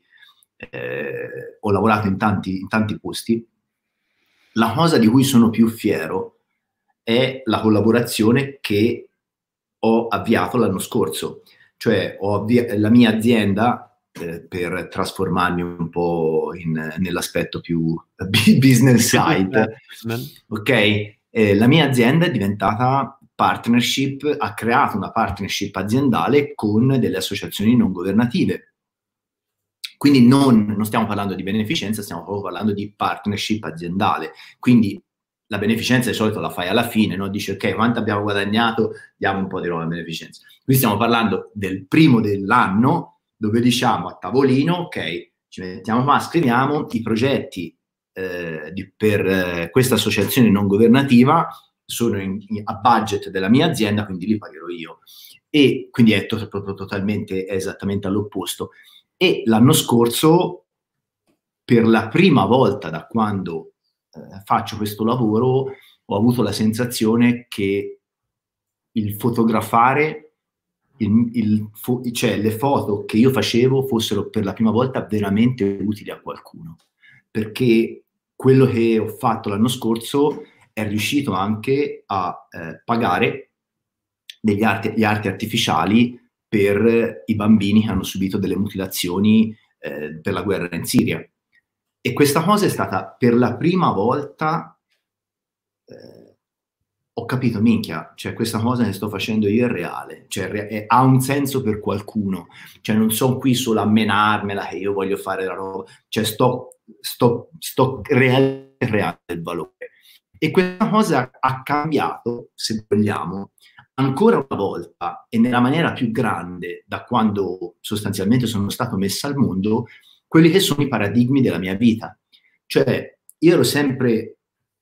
eh, ho lavorato in tanti, in tanti posti. La cosa di cui sono più fiero è la collaborazione che ho avviato l'anno scorso. Cioè ho avvia- la mia azienda, eh, per trasformarmi un po' in, nell'aspetto più business side, ok? Eh, la mia azienda è diventata partnership, ha creato una partnership aziendale con delle associazioni non governative. Quindi non, non stiamo parlando di beneficenza, stiamo proprio parlando di partnership aziendale. Quindi la beneficenza di solito la fai alla fine, no? Dici ok, quanto abbiamo guadagnato, diamo un po' di roba in beneficenza. Qui stiamo parlando del primo dell'anno, dove diciamo a tavolino, ok, ci mettiamo qua, scriviamo i progetti eh, di, per eh, questa associazione non governativa, sono in, in, a budget della mia azienda, quindi li pagherò io. E quindi è to- proprio totalmente, è esattamente all'opposto. E l'anno scorso, per la prima volta da quando eh, faccio questo lavoro, ho avuto la sensazione che il fotografare, il, il fo- cioè le foto che io facevo fossero per la prima volta veramente utili a qualcuno. Perché quello che ho fatto l'anno scorso è riuscito anche a eh, pagare degli arti, gli arti artificiali per i bambini che hanno subito delle mutilazioni eh, per la guerra in Siria. E questa cosa è stata per la prima volta, eh, ho capito, minchia, cioè questa cosa che sto facendo io è reale, cioè è, ha un senso per qualcuno, cioè non sono qui solo a menarmela che io voglio fare la roba, cioè sto, sto, sto reale, reale il valore. E questa cosa ha cambiato, se vogliamo, ancora una volta e nella maniera più grande da quando sostanzialmente sono stato messo al mondo, quelli che sono i paradigmi della mia vita. Cioè, io ero sempre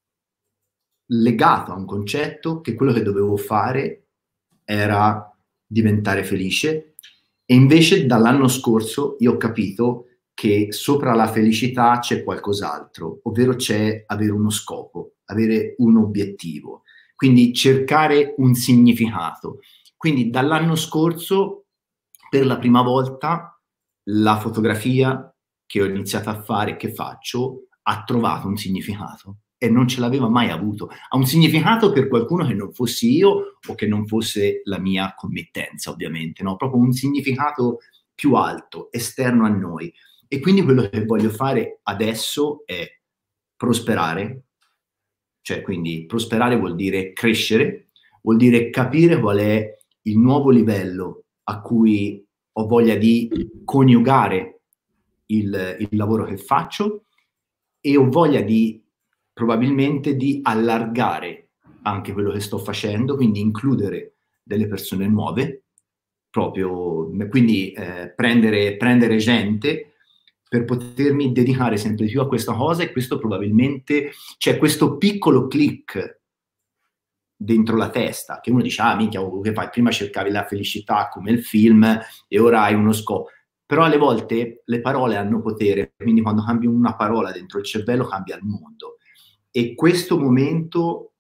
legato a un concetto che quello che dovevo fare era diventare felice, e invece dall'anno scorso io ho capito che sopra la felicità c'è qualcos'altro, ovvero c'è avere uno scopo, avere un obiettivo. Quindi cercare un significato. Quindi dall'anno scorso, per la prima volta, la fotografia che ho iniziato a fare, che faccio, ha trovato un significato e non ce l'aveva mai avuto. Ha un significato per qualcuno che non fossi io o che non fosse la mia committenza, ovviamente, no? Proprio un significato più alto, esterno a noi. E quindi quello che voglio fare adesso è prosperare. Cioè, quindi prosperare vuol dire crescere, vuol dire capire qual è il nuovo livello a cui ho voglia di coniugare il, il lavoro che faccio, e ho voglia di probabilmente di allargare anche quello che sto facendo, quindi includere delle persone nuove, proprio, quindi eh, prendere, prendere gente per potermi dedicare sempre più a questa cosa. E questo probabilmente, c'è questo piccolo click dentro la testa, che uno dice, ah minchia, che fai? Prima cercavi la felicità come il film e ora hai uno scopo. Però alle volte le parole hanno potere, quindi quando cambi una parola dentro il cervello cambia il mondo. E questo momento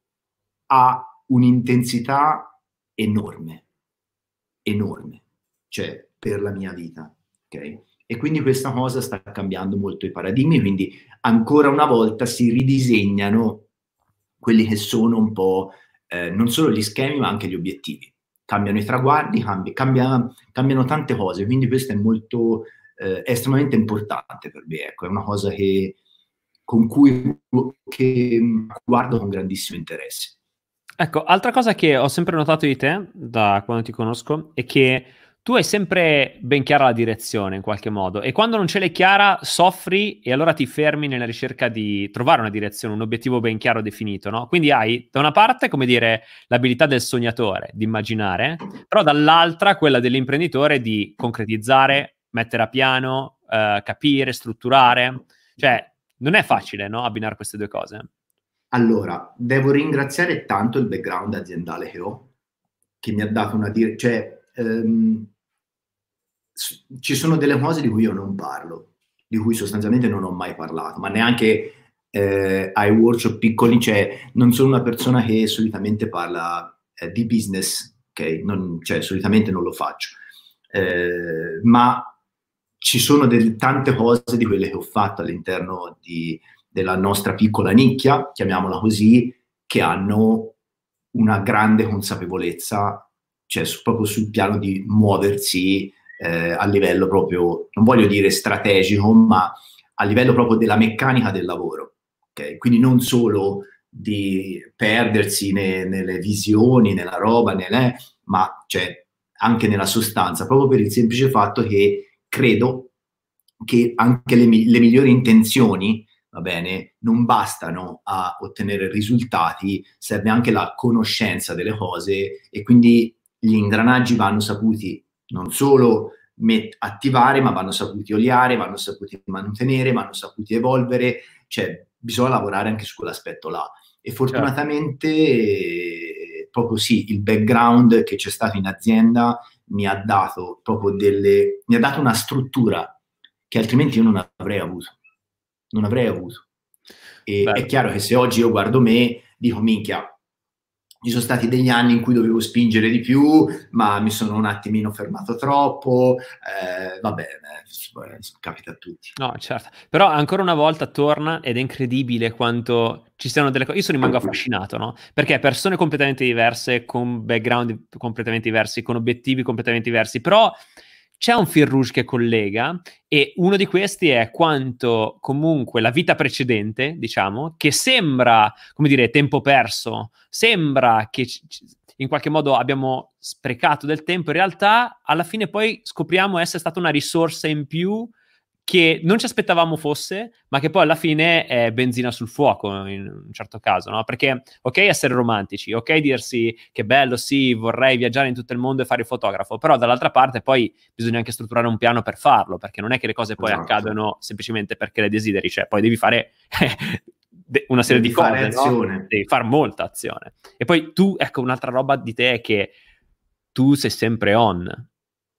ha un'intensità enorme, enorme, cioè per la mia vita, ok? E quindi questa cosa sta cambiando molto i paradigmi, quindi ancora una volta si ridisegnano quelli che sono un po' eh, non solo gli schemi ma anche gli obiettivi. Cambiano i traguardi, cambi, cambia, cambiano tante cose, quindi questo è molto, eh, è estremamente importante per me, ecco, è una cosa che, con cui che guardo con grandissimo interesse. Ecco, altra cosa che ho sempre notato di te, da quando ti conosco, è che tu hai sempre ben chiara la direzione in qualche modo e quando non ce l'hai chiara soffri e allora ti fermi nella ricerca di trovare una direzione, un obiettivo ben chiaro definito, no? Quindi hai da una parte, come dire, l'abilità del sognatore, di immaginare, però dall'altra quella dell'imprenditore di concretizzare, mettere a piano, eh, capire, strutturare. Cioè, non è facile, no? Abbinare queste due cose. Allora, devo ringraziare tanto il background aziendale che ho, che mi ha dato una direzione, cioè ehm, ci sono delle cose di cui io non parlo, di cui sostanzialmente non ho mai parlato, ma neanche eh, ai workshop piccoli, cioè non sono una persona che solitamente parla eh, di business, ok? Non, cioè solitamente non lo faccio, eh, ma ci sono del, tante cose di quelle che ho fatto all'interno di, della nostra piccola nicchia, chiamiamola così, che hanno una grande consapevolezza, cioè su, proprio sul piano di muoversi Eh, a livello proprio, non voglio dire strategico, ma a livello proprio della meccanica del lavoro, okay? Quindi non solo di perdersi ne, nelle visioni, nella roba, nelle, ma cioè, anche nella sostanza, proprio per il semplice fatto che credo che anche le, le migliori intenzioni, va bene, non bastano a ottenere risultati, serve anche la conoscenza delle cose e quindi gli ingranaggi vanno saputi non solo met- attivare, ma vanno saputi oliare, vanno saputi mantenere, vanno saputi evolvere, cioè bisogna lavorare anche su quell'aspetto là. E fortunatamente, eh, proprio sì, il background che c'è stato in azienda mi ha dato proprio delle, mi ha dato una struttura che altrimenti io non avrei avuto. Non avrei avuto. E Beh. È chiaro che se oggi io guardo me, dico minchia, ci sono stati degli anni in cui dovevo spingere di più, ma mi sono un attimino fermato troppo, eh, vabbè, eh, capita a tutti. No, certo, però ancora una volta torna ed è incredibile quanto ci siano delle cose, io sono rimango affascinato, no? Perché persone completamente diverse, con background completamente diversi, con obiettivi completamente diversi, però c'è un fil rouge che collega e uno di questi è quanto comunque la vita precedente, diciamo, che sembra, come dire, tempo perso, sembra che c- in qualche modo abbiamo sprecato del tempo, in realtà alla fine poi scopriamo essere stata una risorsa in più che non ci aspettavamo fosse, ma che poi alla fine è benzina sul fuoco in un certo caso, no? Perché ok essere romantici, ok dirsi che bello, sì, vorrei viaggiare in tutto il mondo e fare il fotografo, però dall'altra parte poi bisogna anche strutturare un piano per farlo, perché non è che le cose poi esatto. accadono semplicemente perché le desideri, cioè poi devi fare una serie devi di cose, fare azione. No? Devi fare molta azione. E poi tu, ecco, un'altra roba di te è che tu sei sempre on.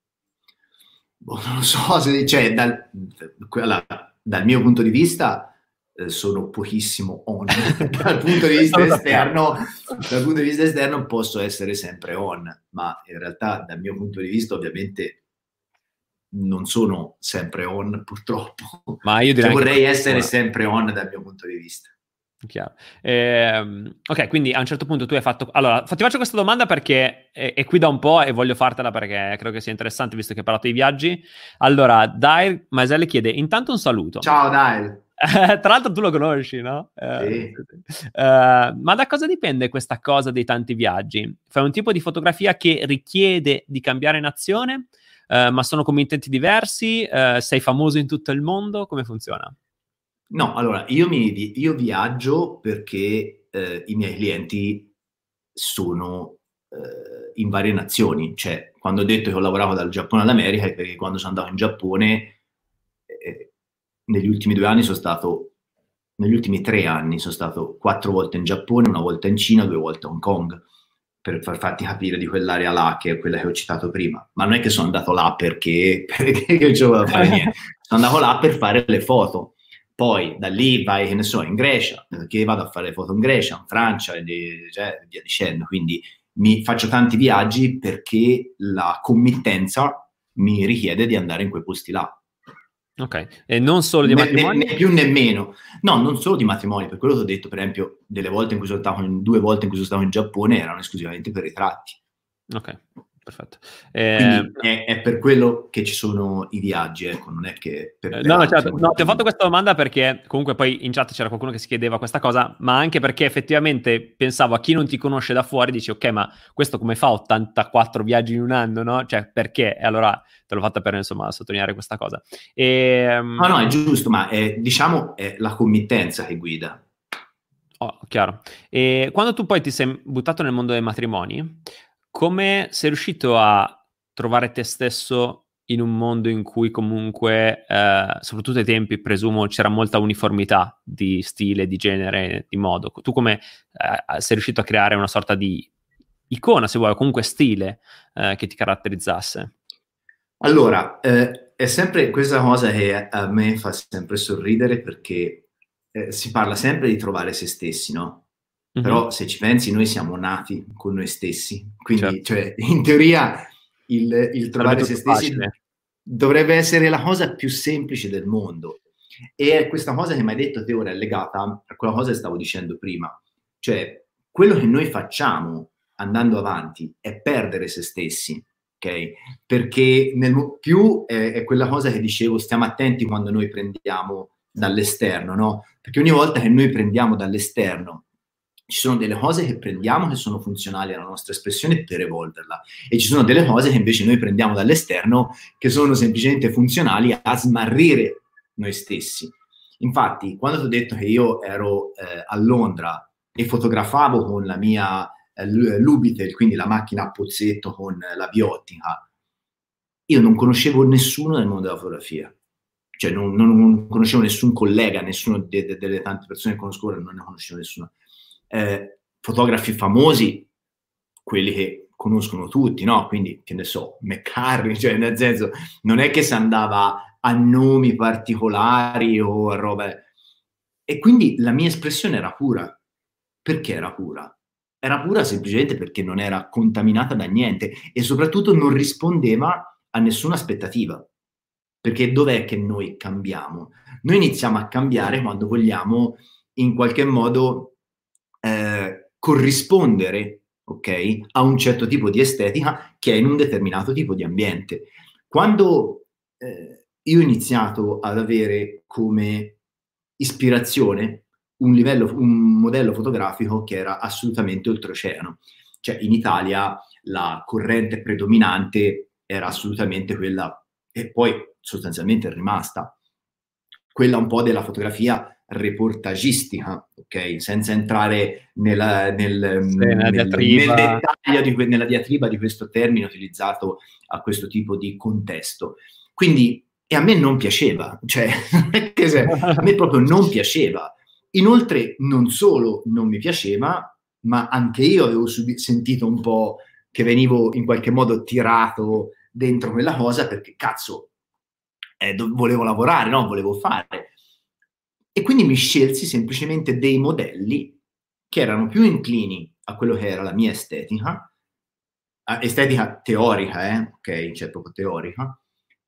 Non lo so, se, cioè, dal, quella, dal mio punto di vista eh, sono pochissimo on. dal punto di vista esterno, dal punto di vista esterno posso essere sempre on, ma in realtà dal mio punto di vista ovviamente non sono sempre on, purtroppo. Ma io direi cioè, vorrei essere sempre on dal mio punto di vista. Chiaro. Eh, ok, quindi a un certo punto tu hai fatto... Allora, ti faccio questa domanda perché è, è qui da un po' e voglio fartela perché credo che sia interessante visto che hai parlato di viaggi. Allora, Dail Maeselle chiede, intanto un saluto. Ciao Dail. Tra l'altro tu lo conosci, no? Eh, sì. uh, ma da cosa dipende questa cosa dei tanti viaggi? Fai un tipo di fotografia che richiede di cambiare nazione, uh, ma sono come intenti diversi? Uh, sei famoso in tutto il mondo? Come funziona? No, allora, io, mi, io viaggio perché eh, i miei clienti sono eh, in varie nazioni. Cioè, quando ho detto che ho lavorato dal Giappone all'America è perché quando sono andato in Giappone, eh, negli ultimi due anni sono stato negli ultimi tre anni sono stato quattro volte in Giappone, una volta in Cina, due volte a Hong Kong, per far farti capire di quell'area là, che è quella che ho citato prima. Ma non è che sono andato là perché, perché non ci volevo fare niente, sono andato là per fare le foto. Poi da lì vai, che ne so, in Grecia, perché vado a fare le foto in Grecia, in Francia, e cioè, via dicendo. Quindi mi faccio tanti viaggi perché la committenza mi richiede di andare in quei posti là. Ok, e non solo di né, matrimoni? Né, né più né meno. No, non solo di matrimoni, per quello che ho detto, per esempio, delle volte in cui sono stato, due volte in cui sono stato in Giappone erano esclusivamente per ritratti. Ok, perfetto. Eh, Quindi è, è per quello che ci sono i viaggi, ecco, non è che per, per no, no, altri certo. No, ti ho fatto questa domanda perché comunque poi in chat c'era qualcuno che si chiedeva questa cosa, ma anche perché effettivamente pensavo a chi non ti conosce da fuori, dici ok, ma questo come fa ottantaquattro viaggi in un anno, no? Cioè perché? E allora te l'ho fatta per insomma sottolineare questa cosa. E, No, no, è giusto, ma è, diciamo è la committenza che guida. Oh, chiaro. E quando tu poi ti sei buttato nel mondo dei matrimoni, come sei riuscito a trovare te stesso in un mondo in cui comunque, eh, soprattutto ai tempi, presumo c'era molta uniformità di stile, di genere, di modo. Tu come eh, sei riuscito a creare una sorta di icona, se vuoi, o comunque stile eh, che ti caratterizzasse? Allora, eh, è sempre questa cosa che a me fa sempre sorridere, perché eh, si parla sempre di trovare se stessi, no? Mm-hmm. Però se ci pensi, noi siamo nati con noi stessi, quindi Certo. cioè, in teoria il, il trovare se stessi facile. dovrebbe essere la cosa più semplice del mondo. E questa cosa che mi hai detto te ora è legata a quella cosa che stavo dicendo prima. Cioè, quello che noi facciamo andando avanti è perdere se stessi, ok? Perché nel, più è, è quella cosa che dicevo, stiamo attenti quando noi prendiamo dall'esterno, no? Perché ogni volta che noi prendiamo dall'esterno, ci sono delle cose che prendiamo che sono funzionali alla nostra espressione per evolverla, e ci sono delle cose che invece noi prendiamo dall'esterno che sono semplicemente funzionali a smarrire noi stessi. Infatti, quando ti ho detto che io ero eh, a Londra e fotografavo con la mia eh, Lubitel, quindi la macchina a pozzetto con la biottica, io non conoscevo nessuno nel mondo della fotografia. Cioè non, non, non conoscevo nessun collega, nessuno de, de, delle tante persone che conosco ora, non ne conoscevo nessuno. Eh, fotografi famosi, quelli che conoscono tutti, no? Quindi, che ne so, McCartney, cioè nel senso, non è che si andava a nomi particolari o a robe. E quindi la mia espressione era pura. Perché era pura? Era pura semplicemente perché non era contaminata da niente e soprattutto non rispondeva a nessuna aspettativa. Perché dov'è che noi cambiamo? Noi iniziamo a cambiare quando vogliamo in qualche modo eh, corrispondere, ok, a un certo tipo di estetica che è in un determinato tipo di ambiente. Quando eh, io ho iniziato ad avere come ispirazione un livello, un modello fotografico che era assolutamente oltreoceano. Cioè in Italia la corrente predominante era assolutamente quella, e poi sostanzialmente è rimasta, quella un po' della fotografia reportagistica, ok? Senza entrare nella, nel, sì, nel, nella nel dettaglio, di que- nella diatriba di questo termine utilizzato a questo tipo di contesto. Quindi, e a me non piaceva, cioè, a me proprio non piaceva. Inoltre, non solo non mi piaceva, ma anche io avevo subi- sentito un po' che venivo in qualche modo tirato dentro quella cosa, perché cazzo, eh, do- volevo lavorare, no? Volevo fare. E quindi mi scelsi semplicemente dei modelli che erano più inclini a quello che era la mia estetica, estetica teorica, eh? Ok, cioè proprio teorica,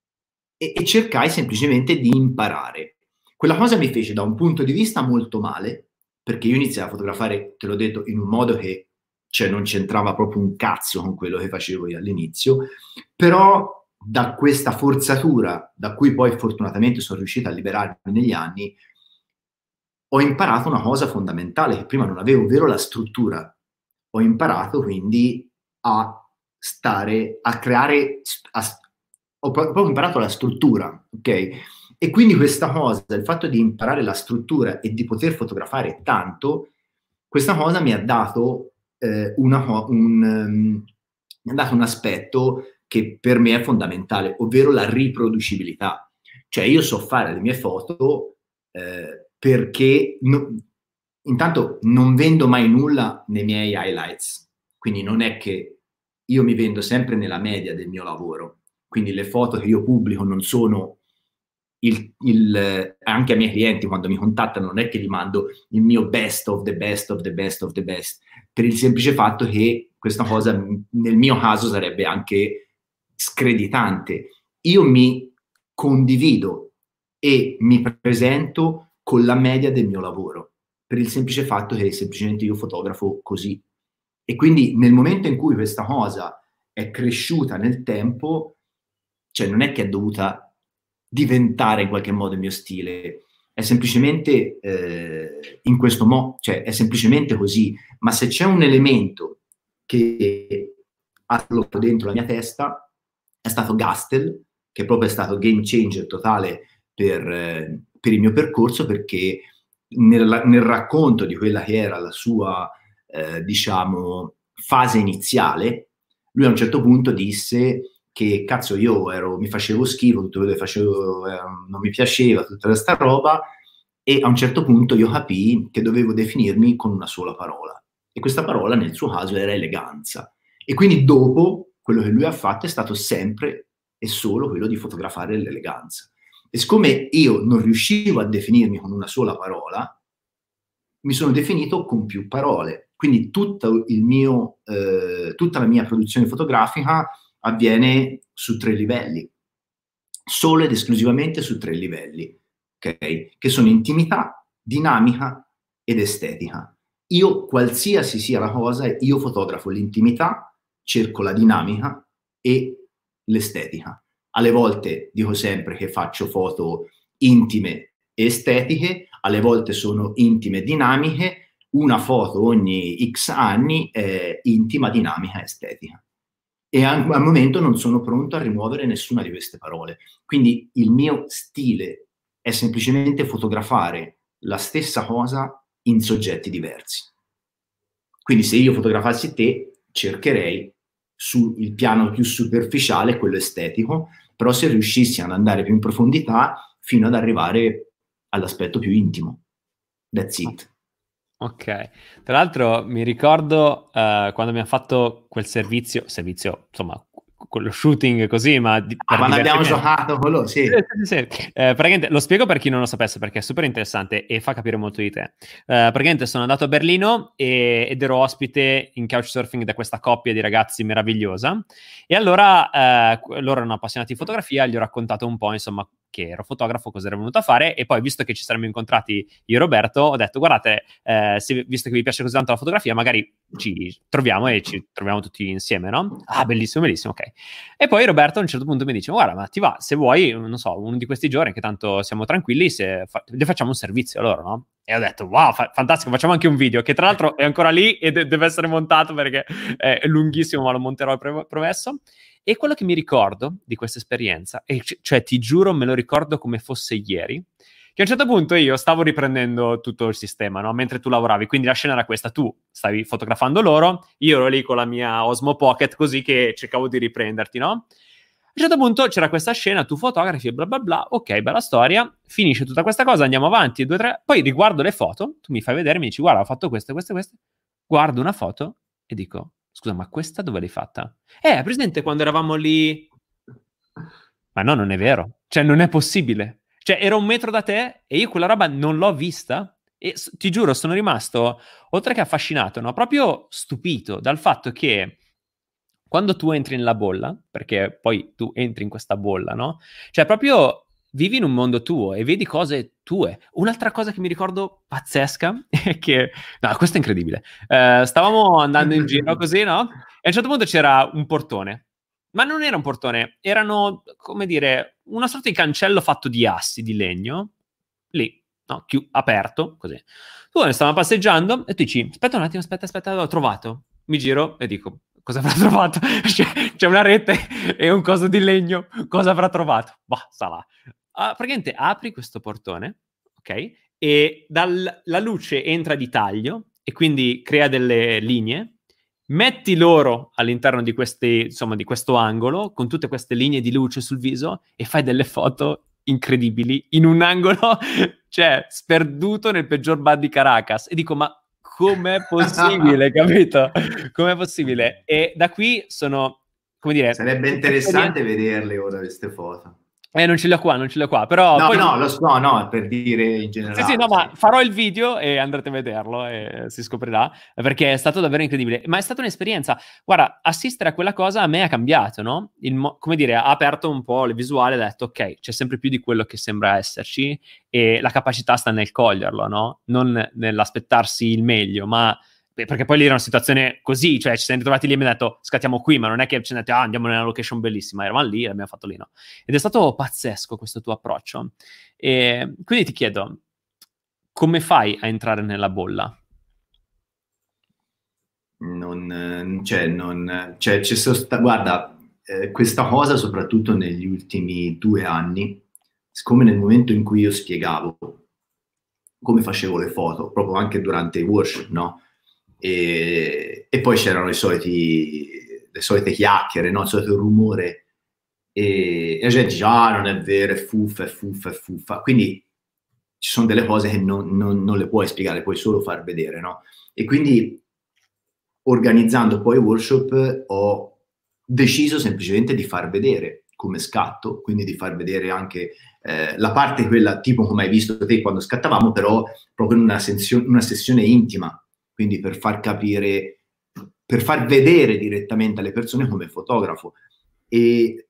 e, e cercai semplicemente di imparare. Quella cosa mi fece da un punto di vista molto male, perché io iniziai a fotografare, te l'ho detto, in un modo che cioè, non c'entrava proprio un cazzo con quello che facevo io all'inizio, però da questa forzatura, da cui poi fortunatamente sono riuscito a liberarmi negli anni, ho imparato una cosa fondamentale che prima non avevo, ovvero la struttura. Ho imparato quindi a stare, a creare, a, ho proprio imparato la struttura, ok? E quindi questa cosa, il fatto di imparare la struttura e di poter fotografare tanto, questa cosa mi ha dato, eh, una, un, um, mi ha dato un aspetto che per me è fondamentale, ovvero la riproducibilità. Cioè io so fare le mie foto eh, perché no, intanto non vendo mai nulla nei miei highlights, quindi non è che io mi vendo sempre nella media del mio lavoro, quindi le foto che io pubblico non sono il, il, anche ai miei clienti quando mi contattano non è che gli mando il mio best of the best of the best of the best, per il semplice fatto che questa cosa nel mio caso sarebbe anche screditante. Io mi condivido e mi presento con la media del mio lavoro, per il semplice fatto che semplicemente io fotografo così. E quindi nel momento in cui questa cosa è cresciuta nel tempo, cioè non è che è dovuta diventare in qualche modo il mio stile, è semplicemente eh, in questo modo, cioè è semplicemente così. Ma se c'è un elemento che ha dentro la mia testa, è stato Gastel, che proprio è stato game changer totale per, eh, per il mio percorso, perché nel, nel racconto di quella che era la sua eh, diciamo fase iniziale, lui a un certo punto disse che cazzo io ero, mi facevo schifo, tutto quello che facevo eh, non mi piaceva, tutta questa roba, e a un certo punto io capii che dovevo definirmi con una sola parola, e questa parola nel suo caso era eleganza. E quindi dopo quello che lui ha fatto è stato sempre e solo quello di fotografare l'eleganza. E siccome io non riuscivo a definirmi con una sola parola, mi sono definito con più parole. Quindi tutto il mio, eh, tutta la mia produzione fotografica avviene su tre livelli, solo ed esclusivamente su tre livelli, ok? Che sono intimità, dinamica ed estetica. Io, qualsiasi sia la cosa, io fotografo l'intimità, cerco la dinamica e l'estetica. Alle volte dico sempre che faccio foto intime e estetiche, alle volte sono intime e dinamiche, una foto ogni X anni è intima, dinamica, estetica. E al, al momento non sono pronto a rimuovere nessuna di queste parole. Quindi il mio stile è semplicemente fotografare la stessa cosa in soggetti diversi. Quindi se io fotografassi te, cercherei sul piano più superficiale, quello estetico, però se riuscissi ad andare più in profondità fino ad arrivare all'aspetto più intimo. That's it. Ok, tra l'altro mi ricordo uh, quando abbiamo fatto quel servizio, servizio insomma, quello shooting così, ma di, ah, quando abbiamo giocato quello, sì. Sì, sì, sì. Eh, praticamente, lo spiego per chi non lo sapesse perché è super interessante e fa capire molto di te. Eh, praticamente sono andato a Berlino e, ed ero ospite in couchsurfing da questa coppia di ragazzi meravigliosa, e allora eh, loro erano appassionati di fotografia, gli ho raccontato un po' insomma che ero fotografo, cosa ero venuto a fare, e poi visto che ci saremmo incontrati io e Roberto ho detto guardate, eh, se, visto che vi piace così tanto la fotografia magari ci troviamo e ci troviamo tutti insieme, no? Ah, bellissimo, bellissimo, ok. E poi Roberto a un certo punto mi dice guarda, ma ti va, se vuoi, non so, uno di questi giorni che tanto siamo tranquilli, se fa- le facciamo un servizio a loro, no? E ho detto wow, fa- fantastico, facciamo anche un video che tra l'altro è ancora lì e de- deve essere montato perché è lunghissimo, ma lo monterò, pre- promesso. E quello che mi ricordo di questa esperienza, e c- cioè ti giuro me lo ricordo come fosse ieri, che a un certo punto io stavo riprendendo tutto il sistema, no? Mentre tu lavoravi, quindi la scena era questa, tu stavi fotografando loro, io ero lì con la mia Osmo Pocket così che cercavo di riprenderti, no? A un certo punto c'era questa scena, tu fotografi e bla bla bla, ok, bella storia, finisce tutta questa cosa, andiamo avanti, due, tre, poi riguardo le foto, tu mi fai vedere, mi dici guarda ho fatto queste, queste, queste, guardo una foto e dico scusa ma questa dove l'hai fatta? Eh, presente quando eravamo lì? Ma no, non è vero, cioè non è possibile, cioè ero un metro da te e io quella roba non l'ho vista e ti giuro sono rimasto, oltre che affascinato, no, proprio stupito dal fatto che quando tu entri nella bolla, perché poi tu entri in questa bolla, no? Cioè proprio vivi in un mondo tuo e vedi cose tue. Un'altra cosa che mi ricordo pazzesca è che... No, questo è incredibile. Uh, stavamo andando in giro così, no? E a un certo punto c'era un portone. Ma non era un portone, erano, come dire, una sorta di cancello fatto di assi, di legno, lì, no? Chi- aperto, così. Tu ne stavamo passeggiando e tu dici, aspetta un attimo, aspetta, aspetta, l'ho trovato. Mi giro e dico, cosa avrà trovato? c'è, c'è una rete e un coso di legno, cosa avrà trovato? Bah, sarà. Uh, praticamente apri questo portone, ok? E dal, la luce entra di taglio e quindi crea delle linee. Metti loro all'interno di questi, insomma, di questo angolo con tutte queste linee di luce sul viso e fai delle foto incredibili in un angolo, cioè sperduto nel peggior bar di Caracas, e dico ma com'è possibile, capito? Com'è possibile? E da qui sono, come dire... Sarebbe interessante vederle ora queste foto. Eh, non ce l'ho qua, non ce l'ho qua, però... No, poi... no, lo so, no, per dire in generale. Sì, sì, no, sì. ma farò il video e andrete a vederlo e si scoprirà, perché è stato davvero incredibile. Ma è stata un'esperienza. Guarda, assistere a quella cosa a me ha cambiato, no? Il mo- come dire, ha aperto un po' le visuali, ha detto, ok, c'è sempre più di quello che sembra esserci e la capacità sta nel coglierlo, no? Non nell'aspettarsi il meglio, ma... perché poi lì era una situazione così, cioè ci siamo ritrovati lì e mi ha detto scattiamo qui, ma non è che ci hanno detto ah, andiamo nella location bellissima, eravamo lì e l'abbiamo fatto lì, no? Ed è stato pazzesco questo tuo approccio. E quindi ti chiedo, come fai a entrare nella bolla? Non, cioè, non, cioè, c'è sosta- guarda, eh, questa cosa soprattutto negli ultimi due anni, siccome nel momento in cui io spiegavo come facevo le foto, proprio anche durante i workshop, no? E, e poi c'erano i soliti, le solite chiacchiere, no? Il solito rumore, e, e la gente dice, ah, non è vero, è fuffa, è fuffa, è fuffa. Quindi ci sono delle cose che non, non, non le puoi spiegare, puoi solo far vedere, no? E quindi, organizzando poi i workshop, ho deciso semplicemente di far vedere come scatto, quindi di far vedere anche eh, la parte quella, tipo come hai visto te quando scattavamo, però proprio in una, sensio- una sessione intima, quindi per far capire, per far vedere direttamente alle persone come fotografo. E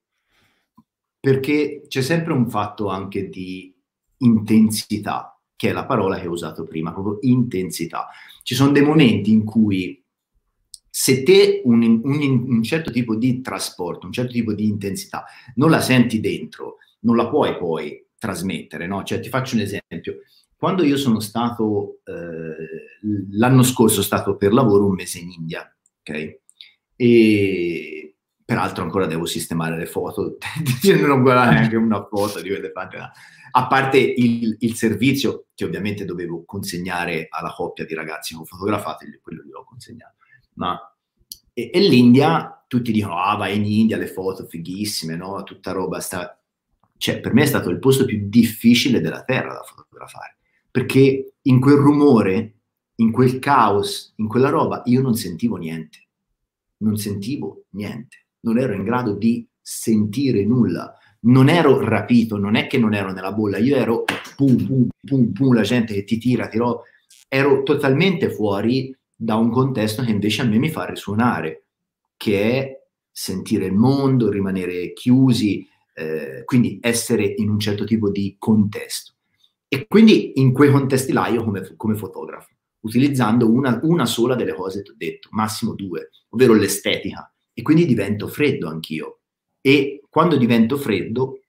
perché c'è sempre un fatto anche di intensità, che è la parola che ho usato prima, proprio intensità. Ci sono dei momenti in cui se te un, un, un certo tipo di trasporto, un certo tipo di intensità non la senti dentro, non la puoi poi trasmettere, no? Cioè, ti faccio un esempio. Quando io sono stato, eh, l'anno scorso sono stato per lavoro un mese in India, ok? E peraltro ancora devo sistemare le foto, non guardare neanche una foto di quelle fatte là. A parte il, il servizio che ovviamente dovevo consegnare alla coppia di ragazzi che ho fotografato, quello gliel'ho consegnato. Ma, e, e l'India, tutti dicono, ah, vai in India, le foto fighissime, no? Tutta roba, sta... Cioè, per me è stato il posto più difficile della terra da fotografare, perché in quel rumore, in quel caos, in quella roba, io non sentivo niente, non sentivo niente, non ero in grado di sentire nulla, non ero rapito, non è che non ero nella bolla, io ero pum, pum, pum, pum, la gente che ti tira, tirò, ero totalmente fuori da un contesto che invece a me mi fa risuonare, che è sentire il mondo, rimanere chiusi, eh, quindi essere in un certo tipo di contesto. E quindi in quei contesti là io come, come fotografo, utilizzando una, una sola delle cose che ti ho detto, massimo due, ovvero l'estetica, e quindi divento freddo anch'io. E quando divento freddo,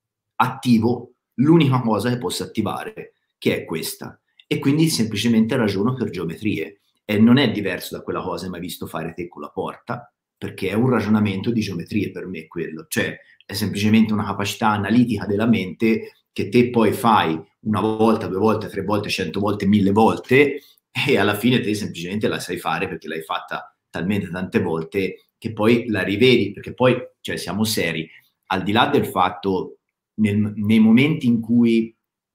attivo l'unica cosa che posso attivare, che è questa. E quindi semplicemente ragiono per geometrie. E non è diverso da quella cosa che mi hai visto fare te con la porta, perché è un ragionamento di geometrie per me quello. Cioè, è semplicemente una capacità analitica della mente che te poi fai una volta, due volte, tre volte, cento volte, mille volte, e alla fine te semplicemente la sai fare perché l'hai fatta talmente tante volte che poi la rivedi, perché poi, cioè, siamo seri, al di là del fatto, nel, nei momenti in cui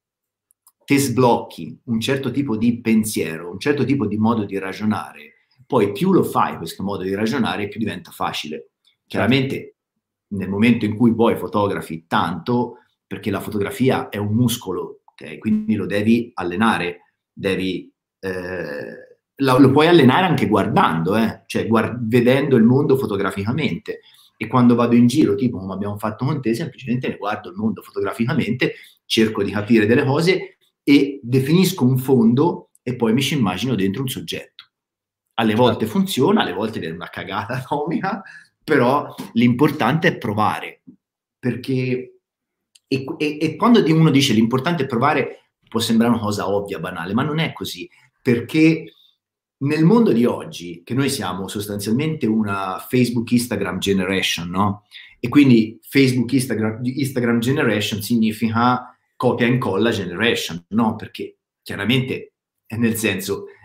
te sblocchi un certo tipo di pensiero, un certo tipo di modo di ragionare, poi più lo fai questo modo di ragionare, più diventa facile. Chiaramente, nel momento in cui poi fotografi tanto, perché la fotografia è un muscolo, ok? Quindi lo devi allenare, devi... Eh, lo, lo puoi allenare anche guardando, eh? Cioè guard- vedendo il mondo fotograficamente. E quando vado in giro, tipo come abbiamo fatto con te, semplicemente ne guardo il mondo fotograficamente, cerco di capire delle cose e definisco un fondo e poi mi ci immagino dentro un soggetto. Alle volte funziona, alle volte viene una cagata atomica, però l'importante è provare, perché e, e, e quando uno dice l'importante è provare può sembrare una cosa ovvia, banale, ma non è così, perché nel mondo di oggi, che noi siamo sostanzialmente una Facebook-Instagram generation, no? E quindi Facebook-Instagram Instagram generation significa copia e incolla generation, no? Perché chiaramente, nel senso,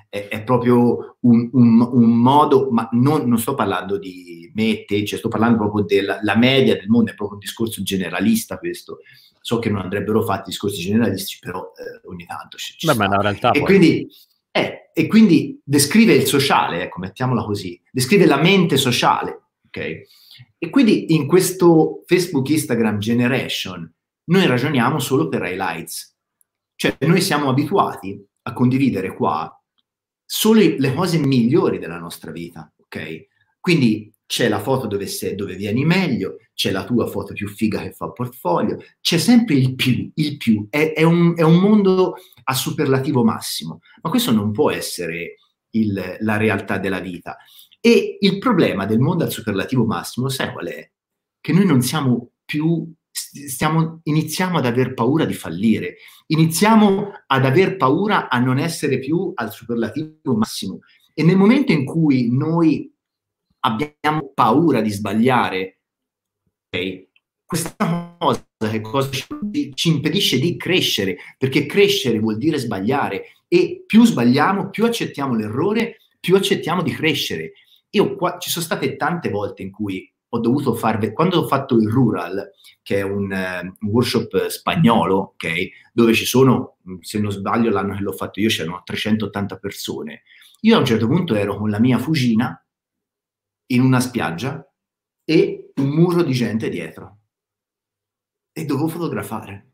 è, è proprio un, un, un modo, ma non, non sto parlando di me e te, cioè sto parlando proprio della la media del mondo, è proprio un discorso generalista questo. So che non andrebbero fatti discorsi generalistici, però eh, ogni tanto ci, ci Beh, sta. ma in realtà E poi... quindi, eh, e quindi descrive il sociale, ecco, mettiamola così, descrive la mente sociale, ok? E quindi in questo Facebook Instagram Generation noi ragioniamo solo per highlights, cioè noi siamo abituati a condividere qua solo le cose migliori della nostra vita, ok? Quindi c'è la foto dove, sei, dove vieni meglio, c'è la tua foto più figa che fa portfolio, c'è sempre il più, il più, è, è, un, è un mondo a superlativo massimo, ma questo non può essere il, la realtà della vita. E il problema del mondo al superlativo massimo, sai qual è? Che noi non siamo più, stiamo, iniziamo ad aver paura di fallire, iniziamo ad aver paura a non essere più al superlativo massimo. E nel momento in cui noi abbiamo paura di sbagliare, okay, questa cosa, che cosa ci, ci impedisce di crescere, perché crescere vuol dire sbagliare, e più sbagliamo, più accettiamo l'errore, più accettiamo di crescere. Io qua, ci sono state tante volte in cui ho dovuto fare, quando ho fatto il Rural, che è un, uh, un workshop spagnolo, ok, dove ci sono, se non sbaglio l'anno che l'ho fatto io c'erano trecentottanta persone, io a un certo punto ero con la mia Fujina in una spiaggia e un muro di gente dietro e dovevo fotografare,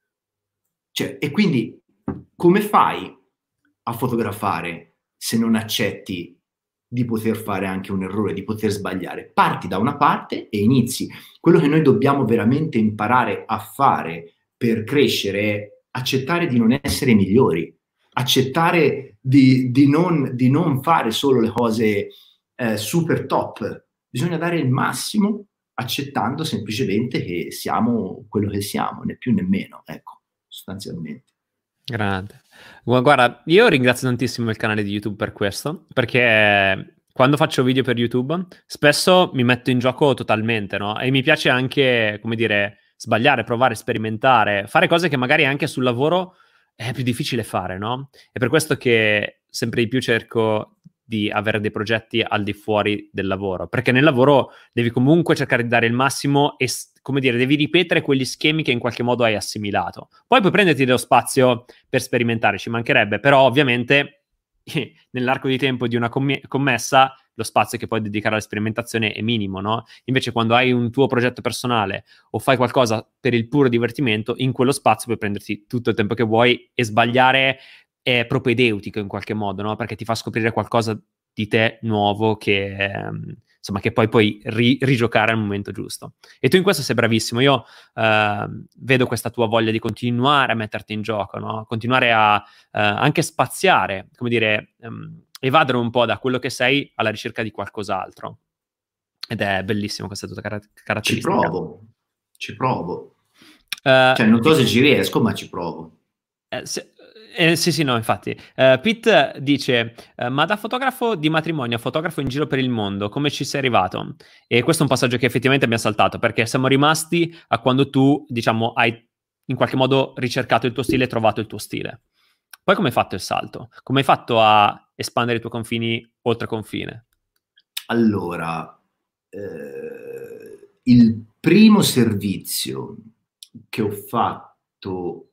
cioè, e quindi come fai a fotografare se non accetti di poter fare anche un errore, di poter sbagliare? Parti da una parte e inizi. Quello che noi dobbiamo veramente imparare a fare per crescere è accettare di non essere migliori, accettare di, di, non, di non fare solo le cose eh, super top. Bisogna dare il massimo accettando semplicemente che siamo quello che siamo, né più né meno, ecco, sostanzialmente. Grande. Guarda, io ringrazio tantissimo il canale di YouTube per questo, perché quando faccio video per YouTube spesso mi metto in gioco totalmente, no? E mi piace anche, come dire, sbagliare, provare, sperimentare, fare cose che magari anche sul lavoro è più difficile fare, no? È per questo che sempre di più cerco di avere dei progetti al di fuori del lavoro, perché nel lavoro devi comunque cercare di dare il massimo e, come dire, devi ripetere quegli schemi che in qualche modo hai assimilato. Poi puoi prenderti dello spazio per sperimentare, ci mancherebbe, però ovviamente eh, nell'arco di tempo di una comm- commessa lo spazio che puoi dedicare alla sperimentazione è minimo, no? Invece quando hai un tuo progetto personale o fai qualcosa per il puro divertimento, in quello spazio puoi prenderti tutto il tempo che vuoi e sbagliare è propedeutico in qualche modo, no? Perché ti fa scoprire qualcosa di te nuovo che, ehm, insomma, che poi puoi ri- rigiocare al momento giusto. E tu in questo sei bravissimo. Io eh, vedo questa tua voglia di continuare a metterti in gioco, no? Continuare a eh, anche spaziare, come dire, ehm, evadere un po' da quello che sei alla ricerca di qualcos'altro. Ed è bellissimo questa tua car- caratteristica. Ci provo, ci provo. Uh, cioè, non so se ci riesco, ma ci provo. Eh, se, eh, sì, sì, no, infatti. Uh, Pete dice, uh, ma da fotografo di matrimonio a fotografo in giro per il mondo, come ci sei arrivato? E questo è un passaggio che effettivamente abbiamo saltato, perché siamo rimasti a quando tu, diciamo, hai in qualche modo ricercato il tuo stile e trovato il tuo stile. Poi come hai fatto il salto? Come hai fatto a espandere i tuoi confini oltre confine? Allora, eh, il primo servizio che ho fatto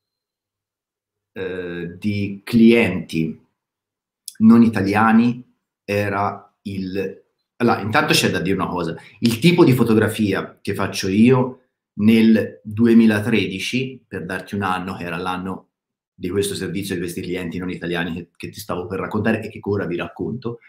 eh, di clienti non italiani era il... Allora, intanto c'è da dire una cosa. Il tipo di fotografia che faccio io nel duemilatredici, per darti un anno, che era l'anno di questo servizio di questi clienti non italiani che, che ti stavo per raccontare e che ora vi racconto,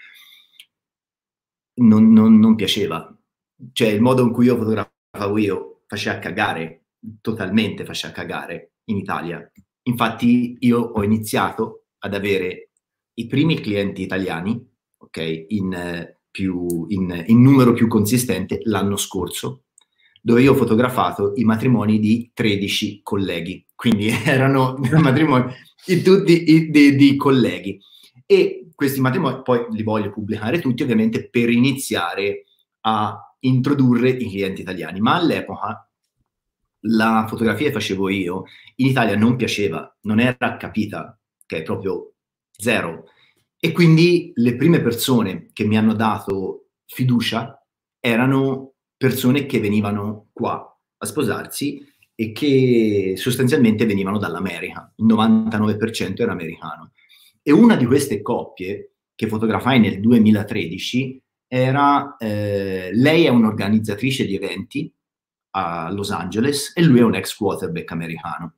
non, non, non piaceva. Cioè, il modo in cui io fotografavo io faceva cagare, totalmente faceva cagare in Italia. Infatti io ho iniziato ad avere i primi clienti italiani, ok, in, eh, più, in, in numero più consistente l'anno scorso, dove io ho fotografato i matrimoni di tredici colleghi, quindi erano matrimoni di tutti i, di, di colleghi. E questi matrimoni poi li voglio pubblicare tutti, ovviamente, per iniziare a introdurre i clienti italiani. Ma all'epoca la fotografia che facevo io in Italia non piaceva, non era capita, che è proprio zero. E quindi le prime persone che mi hanno dato fiducia erano persone che venivano qua a sposarsi e che sostanzialmente venivano dall'America. Il novantanove per cento era americano. E una di queste coppie che fotografai nel duemilatredici era, eh, lei è un'organizzatrice di eventi a Los Angeles e lui è un ex quarterback americano.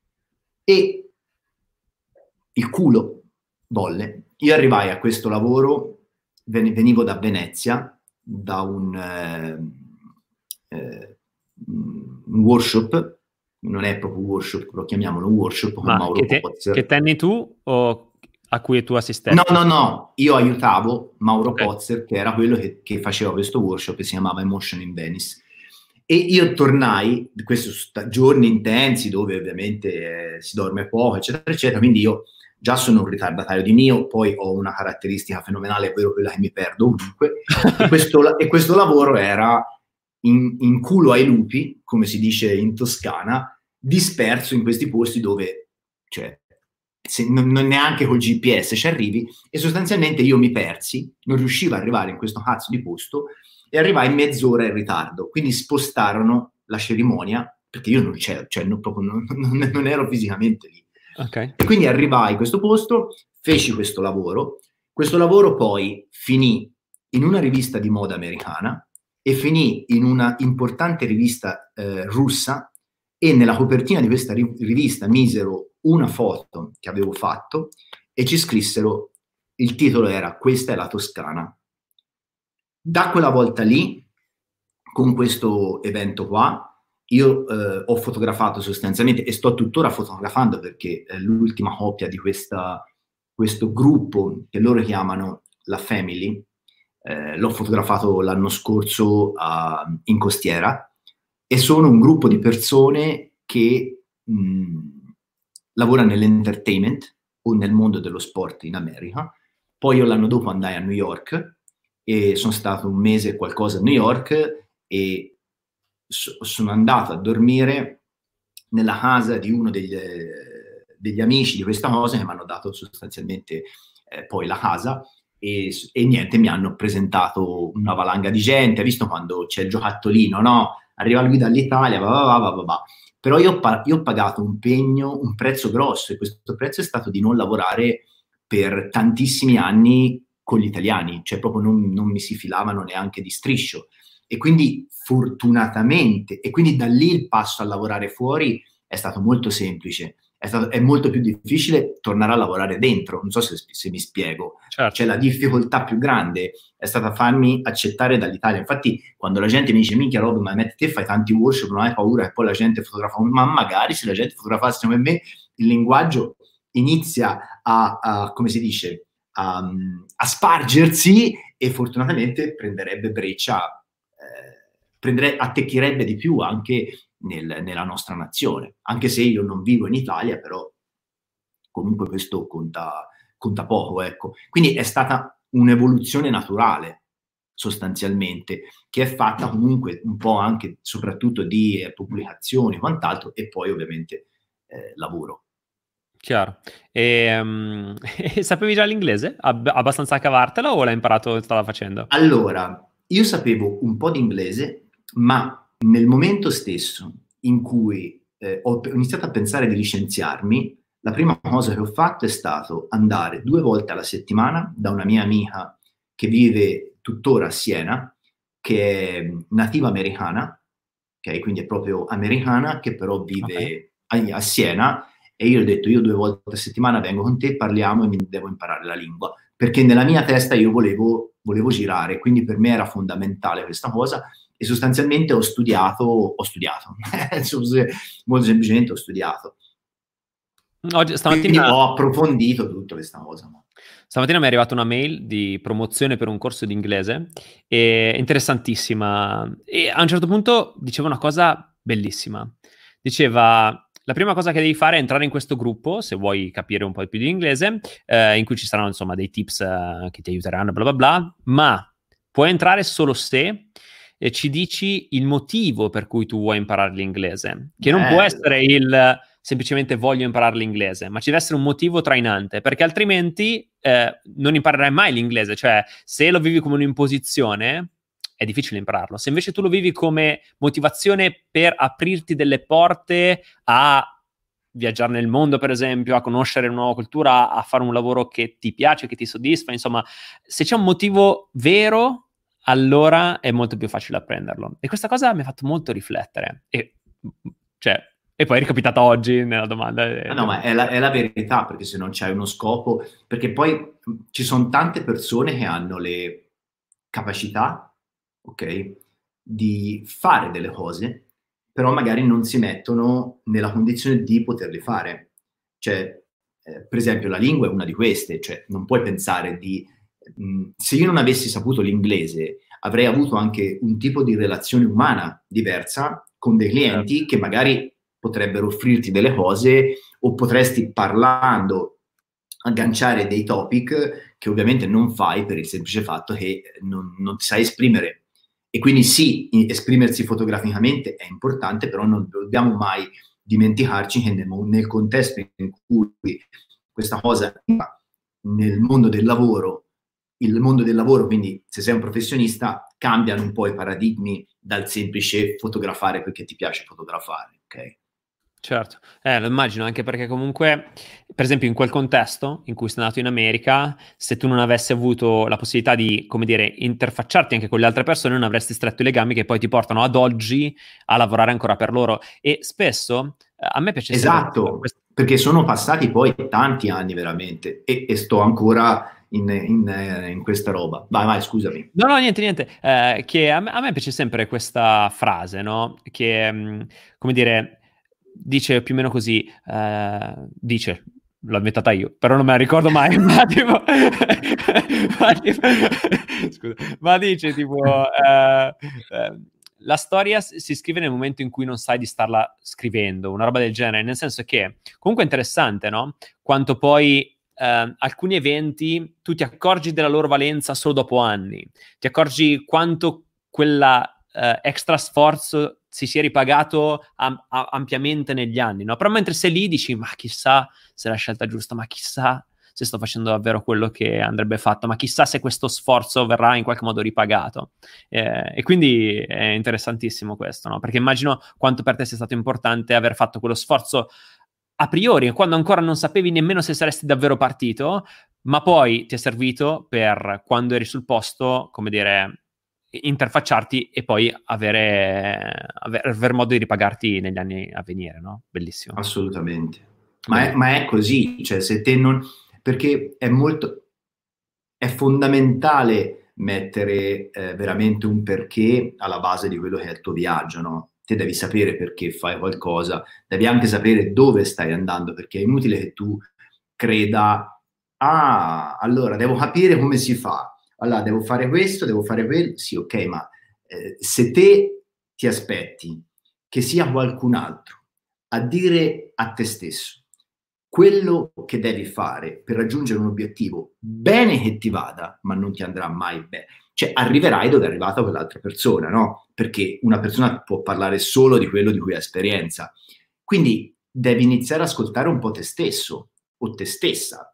E il culo volle. Io arrivai a questo lavoro, ven- venivo da Venezia, da un, eh, eh, un workshop, non è proprio un workshop, lo chiamiamolo un workshop con Ma Mauro che, te, Pozzer. che tenni tu o a cui tu assistevi? No, no, no, io aiutavo Mauro Okay. Pozzer, che era quello che, che faceva questo workshop che si chiamava Emotion in Venice. E io tornai, questi giorni intensi dove ovviamente eh, si dorme poco, eccetera, eccetera, quindi io già sono un ritardatario di mio, poi ho una caratteristica fenomenale, ovvero quella che mi perdo ovunque, e, questo, e questo lavoro era in, in culo ai lupi, come si dice in Toscana, disperso in questi posti dove, cioè, se non, non neanche col G P S ci arrivi, e sostanzialmente io mi persi, non riuscivo ad arrivare in questo cazzo di posto, e arrivai mezz'ora in ritardo, quindi spostarono la cerimonia, perché io non c'ero, cioè non, proprio, non, non, non ero fisicamente lì. Okay. E quindi arrivai a questo posto, feci questo lavoro, questo lavoro poi finì in una rivista di moda americana e finì in una importante rivista eh, russa, e nella copertina di questa ri- rivista misero una foto che avevo fatto e ci scrissero, il titolo era "Questa è la Toscana". Da quella volta lì, con questo evento qua, io eh, ho fotografato sostanzialmente, e sto tuttora fotografando, perché eh, l'ultima coppia di questa, questo gruppo che loro chiamano la Family, eh, l'ho fotografato l'anno scorso a, in costiera, e sono un gruppo di persone che mh, lavora nell'entertainment o nel mondo dello sport in America. Poi io l'anno dopo andai a New York e sono stato un mese e qualcosa a New York, e so- sono andato a dormire nella casa di uno degli, degli amici di questa cosa, che mi hanno dato sostanzialmente eh, poi la casa, e, e niente, mi hanno presentato una valanga di gente. Hai visto quando c'è il giocattolino, no? Arriva lui dall'Italia, va, va, va, va, va. Però io, io ho pagato un pegno, un prezzo grosso, e questo prezzo è stato di non lavorare per tantissimi anni con gli italiani, cioè proprio non, non mi si filavano neanche di striscio. E quindi fortunatamente, e quindi da lì il passo a lavorare fuori è stato molto semplice. È, stato, è molto più difficile tornare a lavorare dentro, non so se, se mi spiego. Certo. Cioè la difficoltà più grande è stata farmi accettare dall'Italia. Infatti quando la gente mi dice minchia Rob, ma te fai tanti workshop, non hai paura che poi la gente fotografa? Ma magari se la gente fotografasse come me, il linguaggio inizia a, a come si dice, a, a spargersi, e fortunatamente prenderebbe breccia, eh, prendere, attecchirebbe di più anche nel, nella nostra nazione, anche se io non vivo in Italia, però comunque questo conta, conta poco, ecco. Quindi è stata un'evoluzione naturale, sostanzialmente, che è fatta comunque un po' anche, soprattutto di eh, pubblicazioni e quant'altro, e poi ovviamente eh, lavoro. Chiaro. E, um, e sapevi già l'inglese? Ab- abbastanza a cavartela, o l'hai imparato strada facendo? Allora, io sapevo un po' di inglese, ma nel momento stesso in cui eh, ho iniziato a pensare di licenziarmi, la prima cosa che ho fatto è stato andare due volte alla settimana da una mia amica che vive tuttora a Siena, che è nativa americana, okay? Quindi è proprio americana, che però vive okay. a, a Siena, e io ho detto, io due volte a settimana vengo con te, parliamo e mi devo imparare la lingua, perché nella mia testa io volevo, volevo girare, quindi per me era fondamentale questa cosa, e sostanzialmente ho studiato, ho studiato, molto semplicemente ho studiato. Oggi, stamattina, quindi ho approfondito tutta questa cosa. Stamattina mi è arrivata una mail di promozione per un corso di inglese, e interessantissima, e a un certo punto diceva una cosa bellissima. Diceva: la prima cosa che devi fare è entrare in questo gruppo, se vuoi capire un po' più di inglese, eh, in cui ci saranno insomma dei tips eh, che ti aiuteranno, bla bla bla, ma puoi entrare solo se e ci dici il motivo per cui tu vuoi imparare l'inglese, che Bello. Non può essere il semplicemente voglio imparare l'inglese, ma ci deve essere un motivo trainante, perché altrimenti eh, non imparerai mai l'inglese. Cioè, se lo vivi come un'imposizione, è difficile impararlo. Se invece tu lo vivi come motivazione per aprirti delle porte a viaggiare nel mondo, per esempio, a conoscere una nuova cultura, a fare un lavoro che ti piace, che ti soddisfa, insomma, se c'è un motivo vero, allora è molto più facile apprenderlo. E questa cosa mi ha fatto molto riflettere. E, cioè, e poi è ricapitata oggi nella domanda. Ah, no, ma è la, è la verità, perché se non c'hai uno scopo, perché poi ci sono tante persone che hanno le capacità, ok, di fare delle cose, però magari non si mettono nella condizione di poterle fare. Cioè, eh, per esempio, la lingua è una di queste, cioè non puoi pensare di... Mh, se io non avessi saputo l'inglese, avrei avuto anche un tipo di relazione umana diversa con dei clienti certo. che magari potrebbero offrirti delle cose o potresti parlando agganciare dei topic che ovviamente non fai per il semplice fatto che non, non ti sai esprimere. E quindi sì, esprimersi fotograficamente è importante, però non dobbiamo mai dimenticarci che nel, nel contesto in cui questa cosa nel mondo del lavoro, il mondo del lavoro, quindi se sei un professionista, cambiano un po' i paradigmi dal semplice fotografare perché ti piace fotografare, ok? Certo, eh, lo immagino, anche perché comunque, per esempio in quel contesto in cui sei andato in America, se tu non avessi avuto la possibilità di, come dire, interfacciarti anche con le altre persone, non avresti stretto i legami che poi ti portano ad oggi a lavorare ancora per loro. E spesso eh, a me piace esatto, questo, perché sono passati poi tanti anni veramente e, e sto ancora in, in, in questa roba. Vai, vai, scusami. No, no, niente, niente. Eh, che a me, a me piace sempre questa frase, no? Che, mh, come dire... dice più o meno così, eh, dice, l'ho inventata io, però non me la ricordo mai, ma tipo, ma, tipo scusa, ma dice tipo, eh, eh, la storia si scrive nel momento in cui non sai di starla scrivendo, una roba del genere, nel senso che comunque è interessante, no? Quanto poi eh, alcuni eventi tu ti accorgi della loro valenza solo dopo anni, ti accorgi quanto quella eh, extra sforzo si sia ripagato am- am- ampiamente negli anni, no? Però mentre sei lì dici, ma chissà se è la scelta giusta, ma chissà se sto facendo davvero quello che andrebbe fatto, ma chissà se questo sforzo verrà in qualche modo ripagato. Eh, e quindi è interessantissimo questo, no? Perché immagino quanto per te sia stato importante aver fatto quello sforzo a priori, quando ancora non sapevi nemmeno se saresti davvero partito, ma poi ti è servito per, quando eri sul posto, come dire, interfacciarti e poi avere, aver, aver modo di ripagarti negli anni a venire, no? Bellissimo. Assolutamente. Ma è, ma è così, cioè se te non... perché è molto... è fondamentale mettere eh, veramente un perché alla base di quello che è il tuo viaggio, no? Te devi sapere perché fai qualcosa, devi anche sapere dove stai andando, perché è inutile che tu creda, ah, allora devo capire come si fa, allora devo fare questo, devo fare quello, sì, ok, ma eh, se te ti aspetti che sia qualcun altro a dire a te stesso quello che devi fare per raggiungere un obiettivo, bene che ti vada, ma non ti andrà mai bene. Cioè, arriverai dove è arrivata quell'altra persona, no? Perché una persona può parlare solo di quello di cui ha esperienza. Quindi devi iniziare ad ascoltare un po' te stesso o te stessa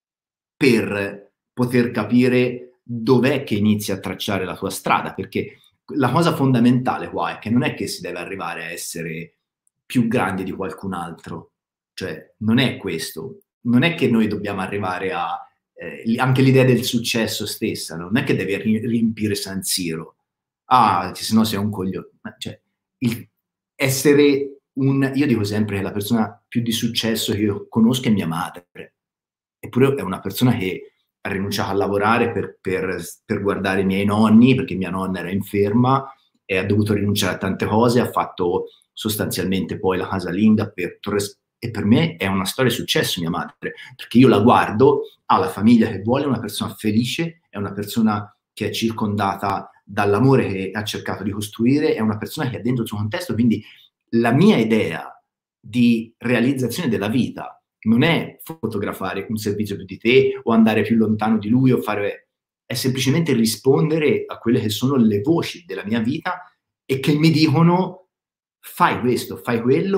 per poter capire dov'è che inizi a tracciare la tua strada, perché la cosa fondamentale qua è che non è che si deve arrivare a essere più grandi di qualcun altro, cioè non è questo, non è che noi dobbiamo arrivare a eh, anche l'idea del successo stessa, no? Non è che devi riempire San Siro, ah, se no sei un coglione, cioè il essere un, io dico sempre che la persona più di successo che io conosco è mia madre, eppure è una persona che ha rinunciato a lavorare per, per, per guardare i miei nonni, perché mia nonna era inferma e ha dovuto rinunciare a tante cose, ha fatto sostanzialmente poi la casalinga per Torres, e per me è una storia di successo mia madre, perché io la guardo, ha la famiglia che vuole, è una persona felice, è una persona che è circondata dall'amore che ha cercato di costruire, è una persona che ha dentro il suo contesto, quindi la mia idea di realizzazione della vita non è fotografare un servizio più di te o andare più lontano di lui o fare, è semplicemente rispondere a quelle che sono le voci della mia vita e che mi dicono fai questo, fai quello,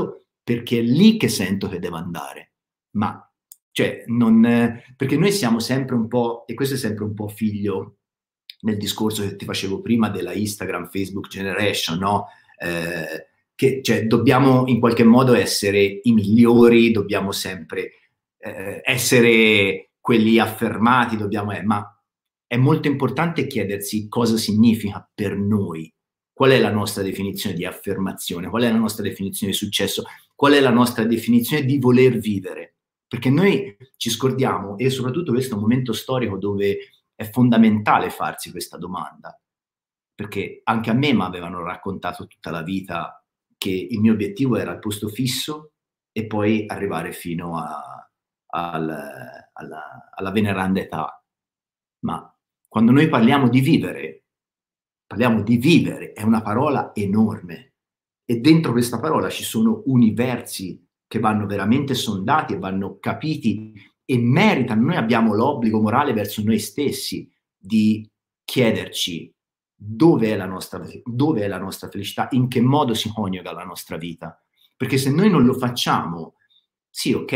perché è lì che sento che devo andare. Ma, cioè, non... Perché noi siamo sempre un po', e questo è sempre un po' figlio nel discorso che ti facevo prima della Instagram, Facebook generation, no? Eh, che cioè, dobbiamo in qualche modo essere i migliori, dobbiamo sempre eh, essere quelli affermati, dobbiamo, eh, ma è molto importante chiedersi cosa significa per noi, qual è la nostra definizione di affermazione, qual è la nostra definizione di successo, qual è la nostra definizione di voler vivere, perché noi ci scordiamo, e soprattutto questo è un momento storico dove è fondamentale farsi questa domanda, perché anche a me mi avevano raccontato tutta la vita che il mio obiettivo era il posto fisso e poi arrivare fino a, al, alla, alla veneranda età. Ma quando noi parliamo di vivere, parliamo di vivere, è una parola enorme. E dentro questa parola ci sono universi che vanno veramente sondati e vanno capiti e meritano. Noi abbiamo l'obbligo morale verso noi stessi di chiederci dove è la nostra, dove è la nostra felicità, in che modo si coniuga la nostra vita. Perché se noi non lo facciamo, sì, ok,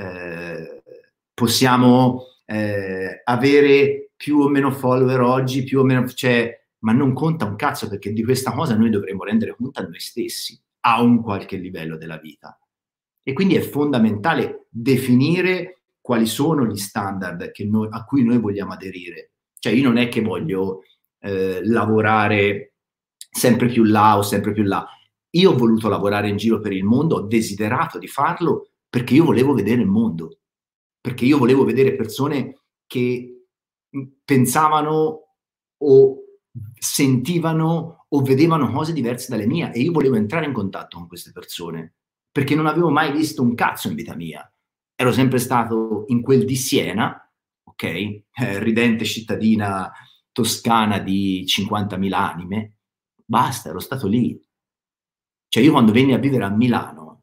eh, possiamo eh, avere più o meno follower oggi, più o meno, cioè, ma non conta un cazzo, perché di questa cosa noi dovremmo rendere conto a noi stessi, a un qualche livello della vita. E quindi è fondamentale definire quali sono gli standard che noi, a cui noi vogliamo aderire. Cioè io non è che voglio eh, lavorare sempre più là o sempre più là. Io ho voluto lavorare in giro per il mondo, ho desiderato di farlo perché io volevo vedere il mondo, perché io volevo vedere persone che pensavano o sentivano o vedevano cose diverse dalle mie, e io volevo entrare in contatto con queste persone, perché non avevo mai visto un cazzo in vita mia. Ero sempre stato in quel di Siena, ok? Eh, ridente cittadina toscana di cinquantamila anime, basta, ero stato lì. Cioè io quando venni a vivere a Milano,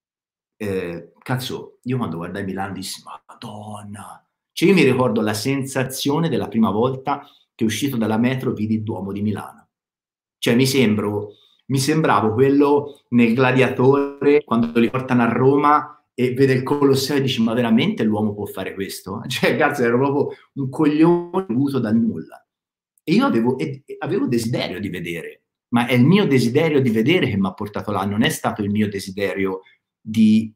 eh, cazzo, io quando guardai Milano dissi, Madonna! Cioè io mi ricordo la sensazione della prima volta che uscito dalla metro vidi il Duomo di Milano. Cioè mi sembro, mi sembravo quello nel Gladiatore, quando li portano a Roma e vede il Colosseo e dici, ma veramente l'uomo può fare questo? Cioè, cazzo, ero proprio un coglione avuto dal nulla. E io avevo, e, avevo desiderio di vedere, ma è il mio desiderio di vedere che mi ha portato là, non è stato il mio desiderio di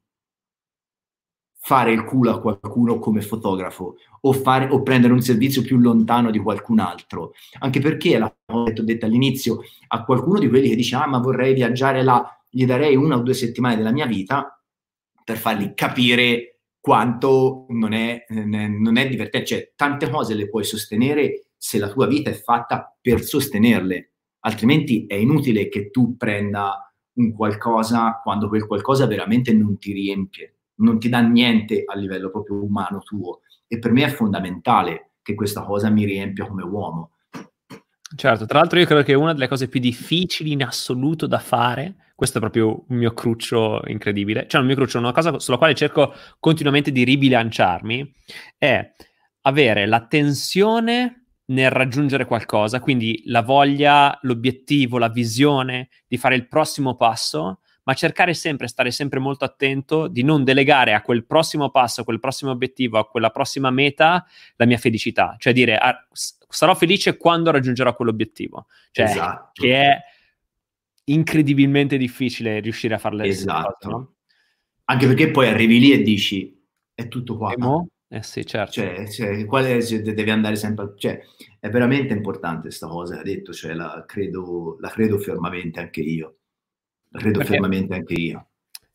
fare il culo a qualcuno come fotografo o, fare, o prendere un servizio più lontano di qualcun altro, anche perché, l'ho detto, detto all'inizio, a qualcuno di quelli che dice ah ma vorrei viaggiare là, gli darei una o due settimane della mia vita per fargli capire quanto non è, non è divertente. Cioè, tante cose le puoi sostenere se la tua vita è fatta per sostenerle, altrimenti è inutile che tu prenda un qualcosa quando quel qualcosa veramente non ti riempie, non ti dà niente a livello proprio umano tuo. E per me è fondamentale che questa cosa mi riempia come uomo. Certo, tra l'altro io credo che una delle cose più difficili in assoluto da fare, questo è proprio un mio cruccio incredibile, cioè un mio cruccio, una cosa sulla quale cerco continuamente di ribilanciarmi, è avere la tensione nel raggiungere qualcosa, quindi la voglia, l'obiettivo, la visione di fare il prossimo passo, ma cercare sempre, stare sempre molto attento di non delegare a quel prossimo passo, a quel prossimo obiettivo, a quella prossima meta la mia felicità, cioè dire ah, sarò felice quando raggiungerò quell'obiettivo, cioè Esatto. che è incredibilmente difficile riuscire a farle esatto. cose, no? Anche perché poi arrivi lì e dici è tutto qua. E mo? Eh sì, certo. Cioè, cioè, quale, cioè, devi andare sempre, cioè, è veramente importante questa cosa che ha detto, cioè, la credo, la credo fermamente anche io. La credo Perché, fermamente anche io.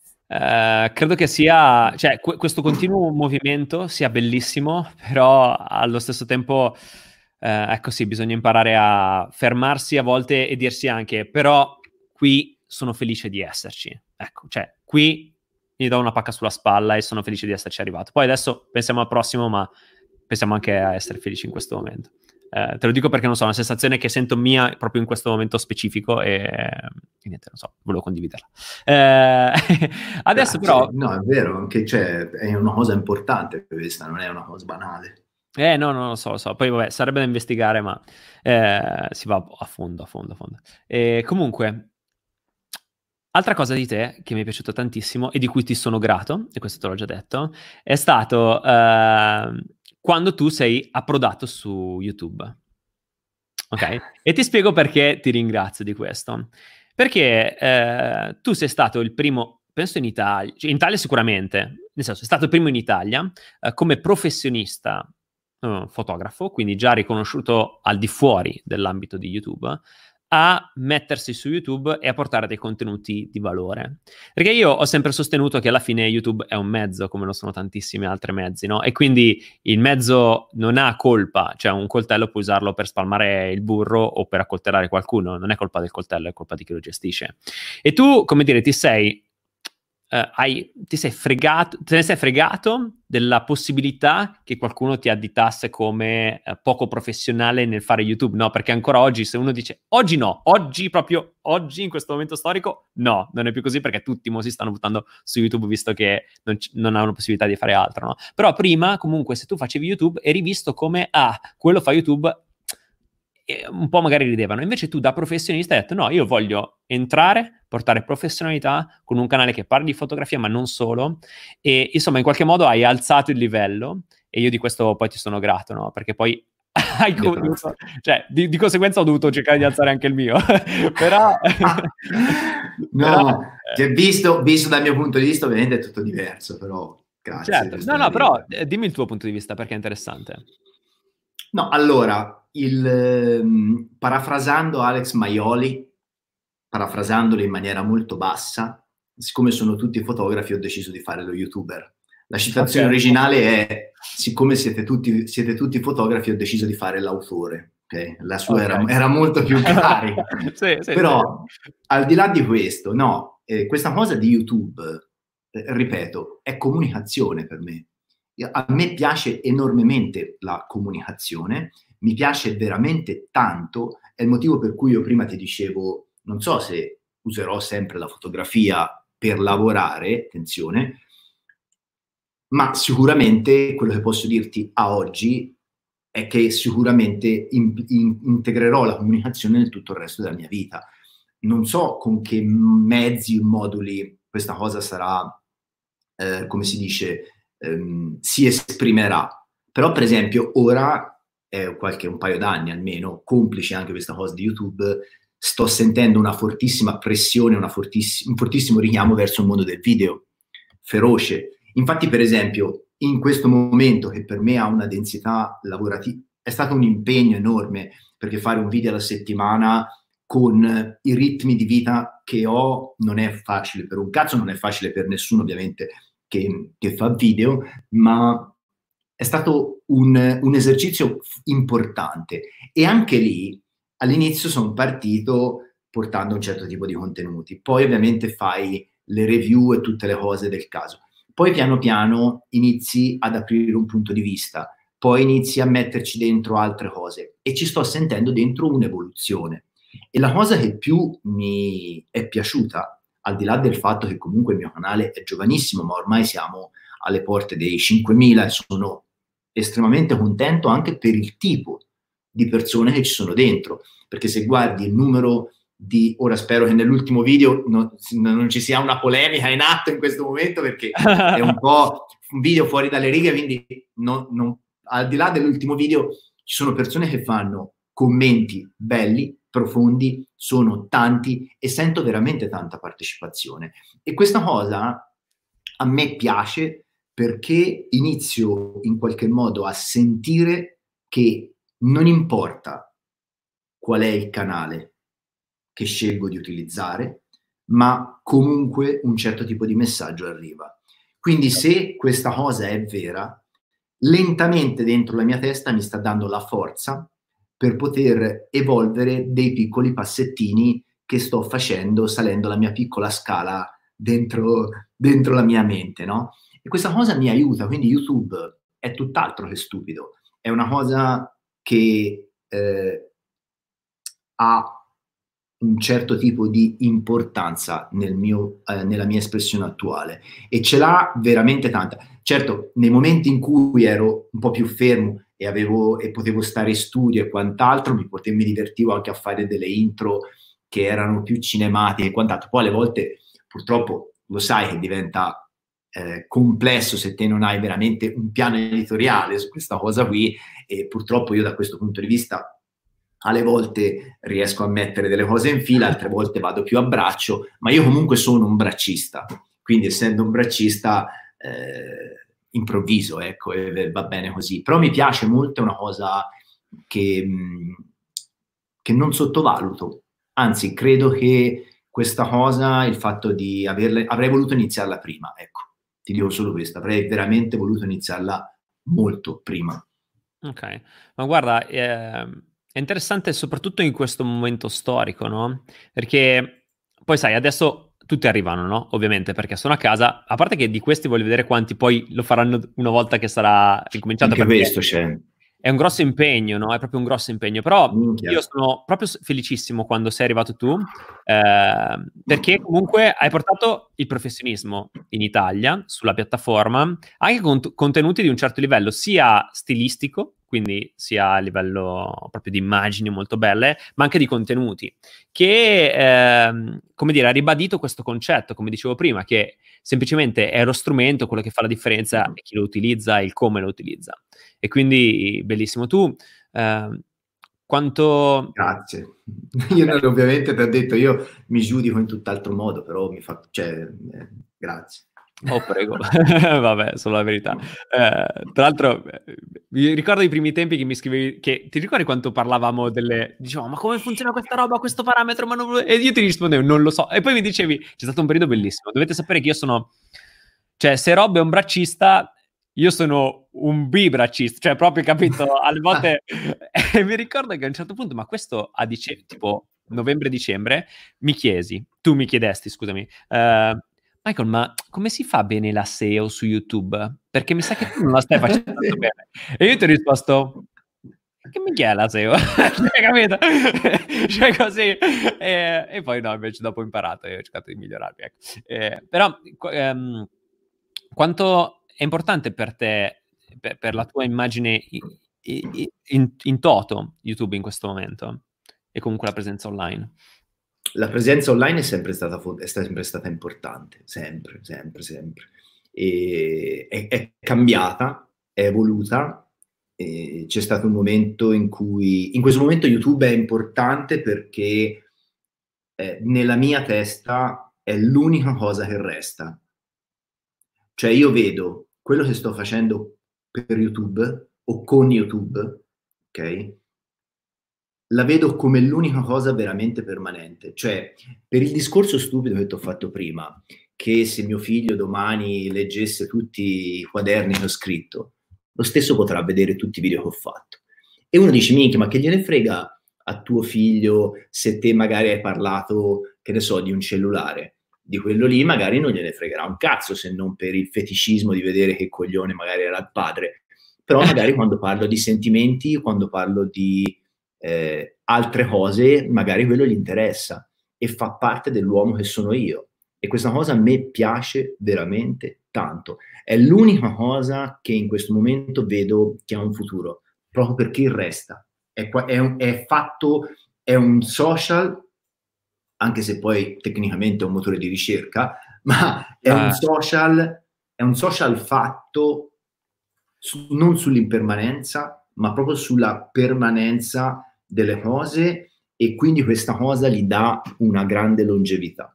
eh, credo che sia, cioè, que- questo continuo movimento sia bellissimo, però allo stesso tempo, eh, ecco sì, bisogna imparare a fermarsi a volte e dirsi anche, però qui sono felice di esserci. Ecco, cioè, qui mi do una pacca sulla spalla e sono felice di esserci arrivato. Poi adesso pensiamo al prossimo, ma pensiamo anche a essere felici in questo momento. Eh, te lo dico perché non so, è una sensazione che sento mia proprio in questo momento specifico e, e niente, non so, volevo condividerla. Eh, adesso Grazie. però... No, è vero, anche, cioè, è una cosa importante questa, non è una cosa banale. Eh no, no, lo so, lo so. Poi vabbè, sarebbe da investigare, ma eh, si va a fondo, a fondo, a fondo. E comunque, altra cosa di te che mi è piaciuto tantissimo e di cui ti sono grato, e questo te l'ho già detto, è stato uh, quando tu sei approdato su YouTube. Ok? E ti spiego perché ti ringrazio di questo. Perché uh, tu sei stato il primo, penso in Italia, cioè in Italia sicuramente, nel senso, sei stato il primo in Italia uh, come professionista uh, fotografo, quindi già riconosciuto al di fuori dell'ambito di YouTube, a mettersi su YouTube e a portare dei contenuti di valore. Perché io ho sempre sostenuto che alla fine YouTube è un mezzo, come lo sono tantissimi altri mezzi, no? E quindi il mezzo non ha colpa, cioè un coltello puoi usarlo per spalmare il burro o per accoltellare qualcuno, non è colpa del coltello, è colpa di chi lo gestisce. E tu, come dire, ti sei... Uh, hai, ti sei fregato, te ne sei fregato della possibilità che qualcuno ti additasse come uh, poco professionale nel fare YouTube, no? Perché ancora oggi se uno dice oggi no, oggi proprio, oggi in questo momento storico, no, non è più così perché tutti mo si stanno buttando su YouTube visto che non, c- non hanno possibilità di fare altro, no? Però prima comunque se tu facevi YouTube eri visto come, ah, quello fa YouTube, un po' magari ridevano. Invece tu da professionista hai detto no, io voglio entrare, portare professionalità con un canale che parli di fotografia ma non solo, e insomma in qualche modo hai alzato il livello e io di questo poi ti sono grato, no? Perché poi hai dovuto, cioè di, di conseguenza ho dovuto cercare di alzare anche il mio però no, però, cioè, visto, visto dal mio punto di vista ovviamente è tutto diverso, però grazie. Certo, no no però eh, dimmi il tuo punto di vista perché è interessante. No, allora, il, ehm, parafrasando Alex Maioli, parafrasandolo in maniera molto bassa, siccome sono tutti fotografi ho deciso di fare lo YouTuber. La citazione okay. originale è, siccome siete tutti, siete tutti fotografi ho deciso di fare l'autore. Okay? La sua okay. era, era molto più carica. sì, sì, Però, sì. al di là di questo, no, eh, questa cosa di YouTube, eh, ripeto, è comunicazione per me. A me piace enormemente la comunicazione, mi piace veramente tanto, è il motivo per cui io prima ti dicevo, non so se userò sempre la fotografia per lavorare, attenzione, ma sicuramente quello che posso dirti a oggi è che sicuramente in, in, integrerò la comunicazione nel tutto il resto della mia vita. Non so con che mezzi, moduli questa cosa sarà, eh, come si dice, Um, si esprimerà, però per esempio ora è qualche un paio d'anni almeno, complice anche questa cosa di YouTube, sto sentendo una fortissima pressione, una fortiss- un fortissimo richiamo verso il mondo del video, feroce. Infatti per esempio in questo momento che per me ha una densità lavorativa, è stato un impegno enorme, perché fare un video alla settimana con i ritmi di vita che ho non è facile per un cazzo, non è facile per nessuno ovviamente Che, che fa video, ma è stato un, un esercizio importante e anche lì all'inizio sono partito portando un certo tipo di contenuti, poi ovviamente fai le review e tutte le cose del caso, poi piano piano inizi ad aprire un punto di vista, poi inizi a metterci dentro altre cose e ci sto sentendo dentro un'evoluzione. E la cosa che più mi è piaciuta, al di là del fatto che comunque il mio canale è giovanissimo, ma ormai siamo alle porte dei cinquemila e sono estremamente contento anche per il tipo di persone che ci sono dentro, perché se guardi il numero di... Ora spero che nell'ultimo video non, non ci sia una polemica in atto in questo momento, perché è un po' un video fuori dalle righe, quindi non, non, al di là dell'ultimo video ci sono persone che fanno commenti belli, profondi, sono tanti e sento veramente tanta partecipazione. E questa cosa a me piace perché inizio in qualche modo a sentire che non importa qual è il canale che scelgo di utilizzare, ma comunque un certo tipo di messaggio arriva. Quindi se questa cosa è vera, lentamente dentro la mia testa mi sta dando la forza per poter evolvere dei piccoli passettini che sto facendo salendo la mia piccola scala dentro, dentro la mia mente, no? E questa cosa mi aiuta, quindi YouTube è tutt'altro che stupido, è una cosa che eh, ha un certo tipo di importanza nel mio, eh, nella mia espressione attuale e ce l'ha veramente tanta. Certo, nei momenti in cui ero un po' più fermo e, avevo, e potevo stare in studio e quant'altro, mi, potevo, mi divertivo anche a fare delle intro che erano più cinematiche e quant'altro. Poi alle volte purtroppo lo sai che diventa eh, complesso se te non hai veramente un piano editoriale su questa cosa qui, e purtroppo io da questo punto di vista alle volte riesco a mettere delle cose in fila, altre volte vado più a braccio, ma io comunque sono un braccista, quindi essendo un braccista eh, improvviso, ecco, e va bene così. Però mi piace molto, è una cosa che, che non sottovaluto, anzi credo che questa cosa, il fatto di averle, avrei voluto iniziarla prima, ecco, ti dico solo questo, avrei veramente voluto iniziarla molto prima. Ok, ma guarda, eh, è interessante soprattutto in questo momento storico, no? Perché poi sai, adesso tutti arrivano, no? Ovviamente, perché sono a casa, a parte che di questi voglio vedere quanti poi lo faranno una volta che sarà ricominciato. Anche questo c'è. È un grosso impegno, no? È proprio un grosso impegno, però Minchia. Io sono proprio felicissimo quando sei arrivato tu, eh, perché comunque hai portato il professionismo in Italia, sulla piattaforma, anche con contenuti di un certo livello, sia stilistico, quindi sia a livello proprio di immagini molto belle, ma anche di contenuti, che, eh, come dire, ha ribadito questo concetto, come dicevo prima, che semplicemente è lo strumento, quello che fa la differenza è chi lo utilizza e il come lo utilizza. E quindi, bellissimo. Tu, eh, quanto... Grazie. Io non, ovviamente ti ho detto, io mi giudico in tutt'altro modo, però mi fa... Cioè, eh, grazie. Oh, prego. Vabbè, solo la verità. Eh, tra l'altro, mi ricordo i primi tempi che mi scrivevi, che ti ricordi quanto parlavamo delle... Dicevamo, ma come funziona questa roba, questo parametro? Ma non... E io ti rispondevo, non lo so. E poi mi dicevi, c'è stato un periodo bellissimo. Dovete sapere che io sono... Cioè, se Rob è un braccista, io sono un bibraccista. Cioè, proprio, capito? Alle volte... E mi ricordo che a un certo punto, ma questo a dicembre, tipo novembre-dicembre, mi chiesi, tu mi chiedesti, scusami, eh... Michael, ma come si fa bene la S E O su YouTube? Perché mi sa che tu non la stai facendo tanto bene. E io ti ho risposto, che minchia è la S E O? Cioè, capito? Cioè così. E, e poi no, invece dopo ho imparato e ho cercato di migliorarmi. Ecco. Eh, però, ehm, quanto è importante per te, per, per la tua immagine in, in, in toto, YouTube in questo momento? E comunque la presenza online? La presenza online è sempre stata, è sempre stata importante, sempre, sempre, sempre. E è, è cambiata, è evoluta. E c'è stato un momento in cui, in questo momento YouTube è importante perché eh, nella mia testa è l'unica cosa che resta. Cioè io vedo quello che sto facendo per YouTube o con YouTube, ok? La vedo come l'unica cosa veramente permanente. Cioè, per il discorso stupido che ti ho fatto prima, che se mio figlio domani leggesse tutti i quaderni che ho scritto, lo stesso potrà vedere tutti i video che ho fatto. E uno dice, minchia, ma che gliene frega a tuo figlio se te magari hai parlato, che ne so, di un cellulare? Di quello lì magari non gliene fregherà un cazzo, se non per il feticismo di vedere che coglione magari era il padre. Però magari quando parlo di sentimenti, quando parlo di eh, altre cose, magari quello gli interessa e fa parte dell'uomo che sono io. E questa cosa a me piace veramente tanto. È l'unica cosa che in questo momento vedo che ha un futuro, proprio perché il resta. È, è, un, è fatto, è un social, anche se poi tecnicamente è un motore di ricerca, ma è un social, è un social fatto su, non sull'impermanenza, ma proprio sulla permanenza delle cose, e quindi questa cosa gli dà una grande longevità.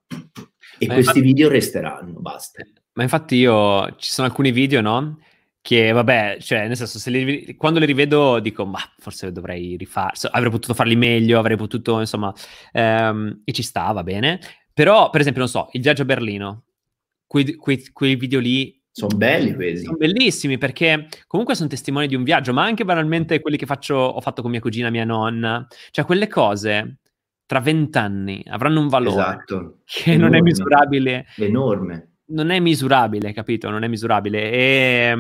E ma questi infatti, video resteranno, basta. Ma infatti io, ci sono alcuni video, no? Che vabbè, cioè nel senso, se li, quando li rivedo dico, ma forse dovrei rifare, avrei potuto farli meglio, avrei potuto, insomma, ehm, e ci sta, va bene. Però, per esempio, non so, il viaggio a Berlino, quei, quei, quei video lì sono belli questi. Sono bellissimi perché comunque sono testimoni di un viaggio, ma anche banalmente quelli che faccio, ho fatto con mia cugina, mia nonna. Cioè, quelle cose tra vent'anni avranno un valore, esatto, che enorme, non è misurabile. Enorme. Non è misurabile, capito? Non è misurabile. E,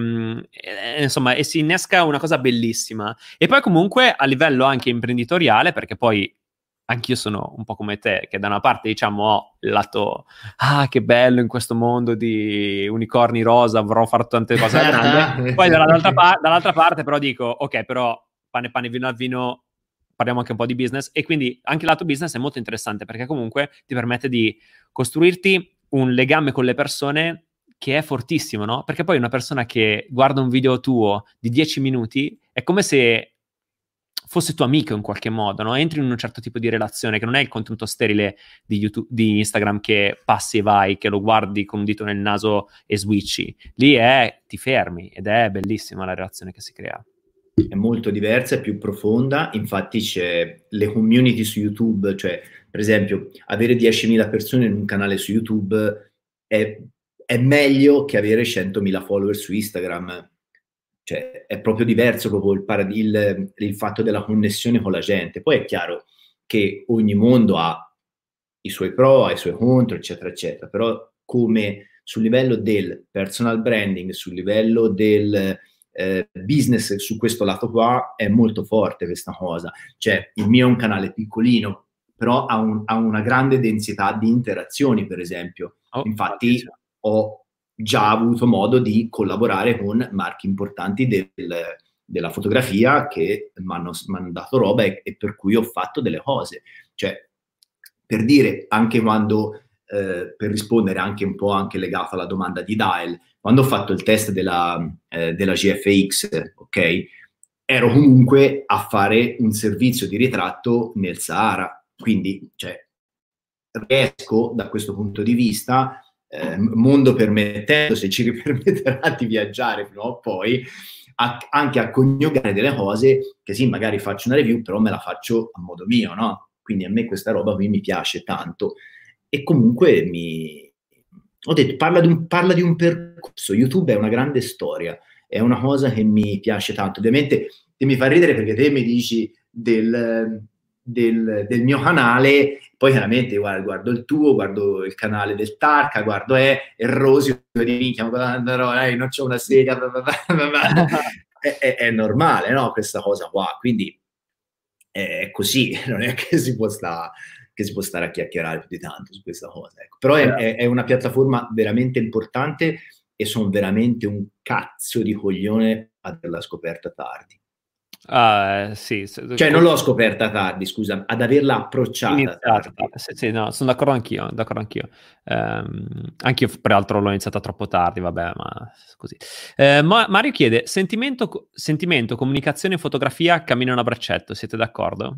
e, insomma, e si innesca una cosa bellissima. E poi comunque a livello anche imprenditoriale, perché poi anch'io sono un po' come te, che da una parte, diciamo, ho il lato, ah, che bello in questo mondo di unicorni rosa, avrò fatto tante cose grandi. Poi dall'altra, pa- dall'altra parte però dico, ok, però pane pane, vino al vino, parliamo anche un po' di business. E quindi anche il lato business è molto interessante, perché comunque ti permette di costruirti un legame con le persone che è fortissimo, no? Perché poi una persona che guarda un video tuo di dieci minuti è come se fosse tuo amico in qualche modo, no? Entri in un certo tipo di relazione, che non è il contenuto sterile di YouTube, di Instagram, che passi e vai, che lo guardi con un dito nel naso e switchi. Lì è, ti fermi, ed è bellissima la relazione che si crea. È molto diversa, è più profonda, infatti c'è le community su YouTube, cioè per esempio avere diecimila persone in un canale su YouTube è, è meglio che avere centomila follower su Instagram. Cioè è proprio diverso proprio il, parad- il, il fatto della connessione con la gente. Poi è chiaro che ogni mondo ha i suoi pro, ha i suoi contro, eccetera, eccetera, però come sul livello del personal branding, sul livello del eh, business, su questo lato qua, è molto forte questa cosa. Cioè il mio è un canale piccolino, però ha, un, ha una grande densità di interazioni, per esempio. Oh, Infatti ho già avuto modo di collaborare con marchi importanti del, della fotografia che mi hanno mandato roba e, e per cui ho fatto delle cose. Cioè, per dire, anche quando, eh, per rispondere anche un po' anche legato alla domanda di Dial, quando ho fatto il test della, eh, della G F X, ok, ero comunque a fare un servizio di ritratto nel Sahara, quindi, cioè, riesco da questo punto di vista, Eh, mondo permettendo, se ci permetterà di viaggiare prima o poi, a, anche a coniugare delle cose che sì, magari faccio una review, però me la faccio a modo mio, no? Quindi a me questa roba qui mi piace tanto. E comunque mi... ho detto, parla di un, parla di un percorso. YouTube è una grande storia, è una cosa che mi piace tanto. Ovviamente te mi fa ridere perché te mi dici del... Del, del mio canale, poi chiaramente guardo, guardo il tuo, guardo il canale del Tarca, guardo eh, Errosio, di minchia, eh, non c'è una sega, è, è, è normale, no, questa cosa qua, quindi è così, non è che si può stare che si può stare a chiacchierare più di tanto su questa cosa, ecco. Però è, è, è una piattaforma veramente importante e sono veramente un cazzo di coglione ad averla scoperta tardi. Uh, sì, cioè non l'ho scoperta tardi, scusa, ad averla approcciata tardi. Sì, sì, no, sono d'accordo anch'io, d'accordo anch'io. Um, anch'io peraltro l'ho iniziata troppo tardi, vabbè, ma così. Uh, ma Mario chiede, sentimento, sentimento, comunicazione e fotografia camminano a braccetto, siete d'accordo?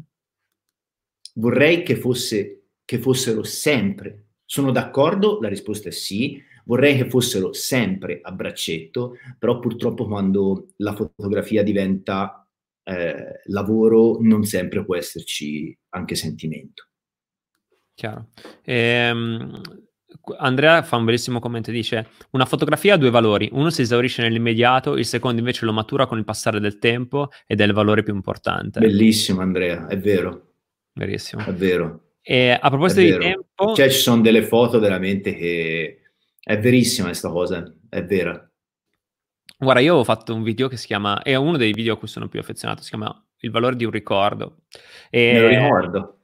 Vorrei che fosse, che fossero sempre, sono d'accordo, la risposta è sì, vorrei che fossero sempre a braccetto, però purtroppo quando la fotografia diventa Eh, lavoro non sempre può esserci anche sentimento. Chiaro. Ehm, Andrea fa un bellissimo commento, dice: una fotografia ha due valori, uno si esaurisce nell'immediato, il secondo invece lo matura con il passare del tempo ed è il valore più importante. Bellissimo Andrea, è vero. Verissimo. È vero. E a proposito di tempo, cioè ci sono delle foto veramente che è verissima questa cosa, è vera. Guarda, io ho fatto un video che si chiama, è uno dei video a cui sono più affezionato, si chiama Il valore di un ricordo. E... Me lo ricordo.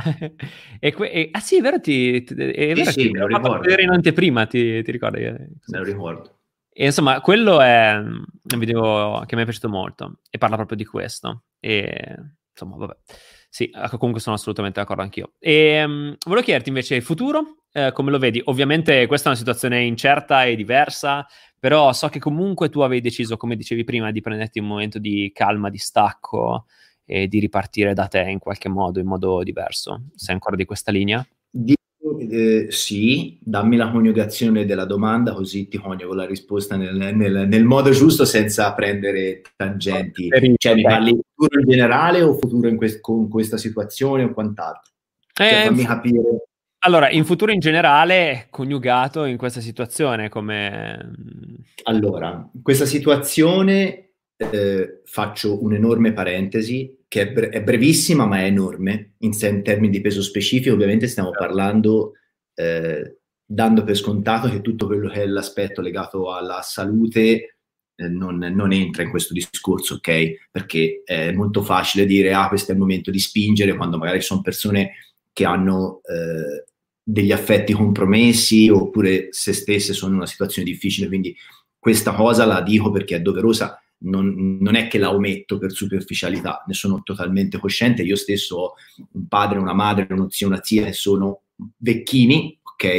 e que- e, ah sì, è vero, ti, ti, è vero sì, sì, me lo ricordo. Vedere in anteprima, ti, ti ricordi? Me lo ricordo. E insomma, quello è un video che mi è piaciuto molto e parla proprio di questo. E insomma, vabbè. Sì, comunque sono assolutamente d'accordo anch'io. E um, volevo chiederti invece il futuro, eh, come lo vedi? Ovviamente questa è una situazione incerta e diversa, però so che comunque tu avevi deciso, come dicevi prima, di prenderti un momento di calma, di stacco e di ripartire da te in qualche modo, in modo diverso. Sei ancora di questa linea? Di, eh, sì, dammi la coniugazione della domanda così ti coniugo la risposta nel, nel, nel modo giusto senza prendere tangenti. Cioè mi parli futuro in generale o futuro in quest- con questa situazione o quant'altro? Cioè, eh, fammi capire. Allora, in futuro in generale, coniugato in questa situazione, come... Allora, in questa situazione eh, faccio un'enorme parentesi, che è, bre- è brevissima ma è enorme, in, se- in termini di peso specifico. Ovviamente stiamo parlando, eh, dando per scontato che tutto quello che è l'aspetto legato alla salute eh, non, non entra in questo discorso, ok? Perché è molto facile dire, ah, questo è il momento di spingere, quando magari sono persone che hanno... Eh, degli affetti compromessi oppure se stesse sono in una situazione difficile, quindi questa cosa la dico perché è doverosa, non, non è che la ometto per superficialità, ne sono totalmente cosciente. Io stesso ho un padre, una madre, uno zio, una zia che sono vecchini, ok?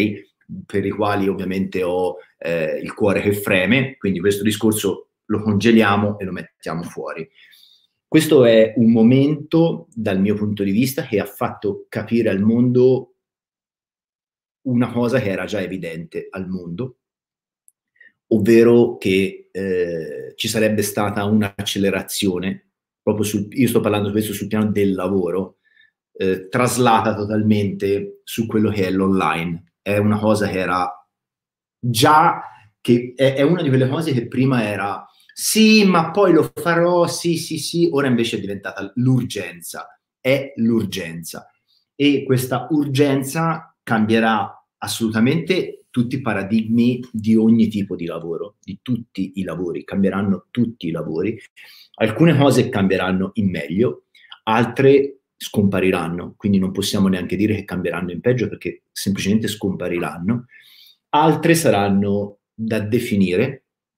per i quali ovviamente ho eh, il cuore che freme, quindi questo discorso lo congeliamo e lo mettiamo fuori. Questo è un momento, dal mio punto di vista, che ha fatto capire al mondo una cosa che era già evidente al mondo, ovvero che eh, ci sarebbe stata un'accelerazione, proprio sul, io sto parlando questo sul piano del lavoro, eh, traslata totalmente su quello che è l'online. È una cosa che era già, che è, è una di quelle cose che prima era sì, ma poi lo farò, sì, sì, sì, ora invece è diventata l'urgenza, è l'urgenza. E questa urgenza cambierà assolutamente tutti i paradigmi di ogni tipo di lavoro, di tutti i lavori, cambieranno tutti i lavori. Alcune cose cambieranno in meglio, altre scompariranno, quindi non possiamo neanche dire che cambieranno in peggio perché semplicemente scompariranno. Altre saranno da definire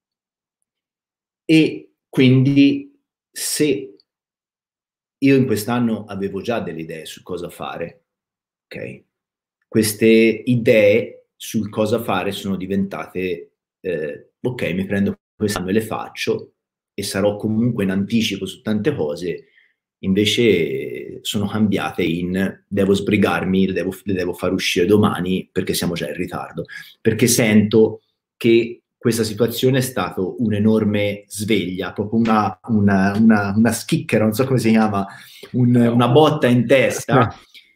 e quindi se io in quest'anno avevo già delle idee su cosa fare, ok? Queste idee sul cosa fare sono diventate, eh, ok, mi prendo quest'anno e le faccio e sarò comunque in anticipo su tante cose, invece sono cambiate in devo sbrigarmi, le devo, le devo far uscire domani perché siamo già in ritardo, perché sento che questa situazione è stata un'enorme sveglia, proprio una, una, una, una schicchera, non so come si chiama, un, una botta in testa.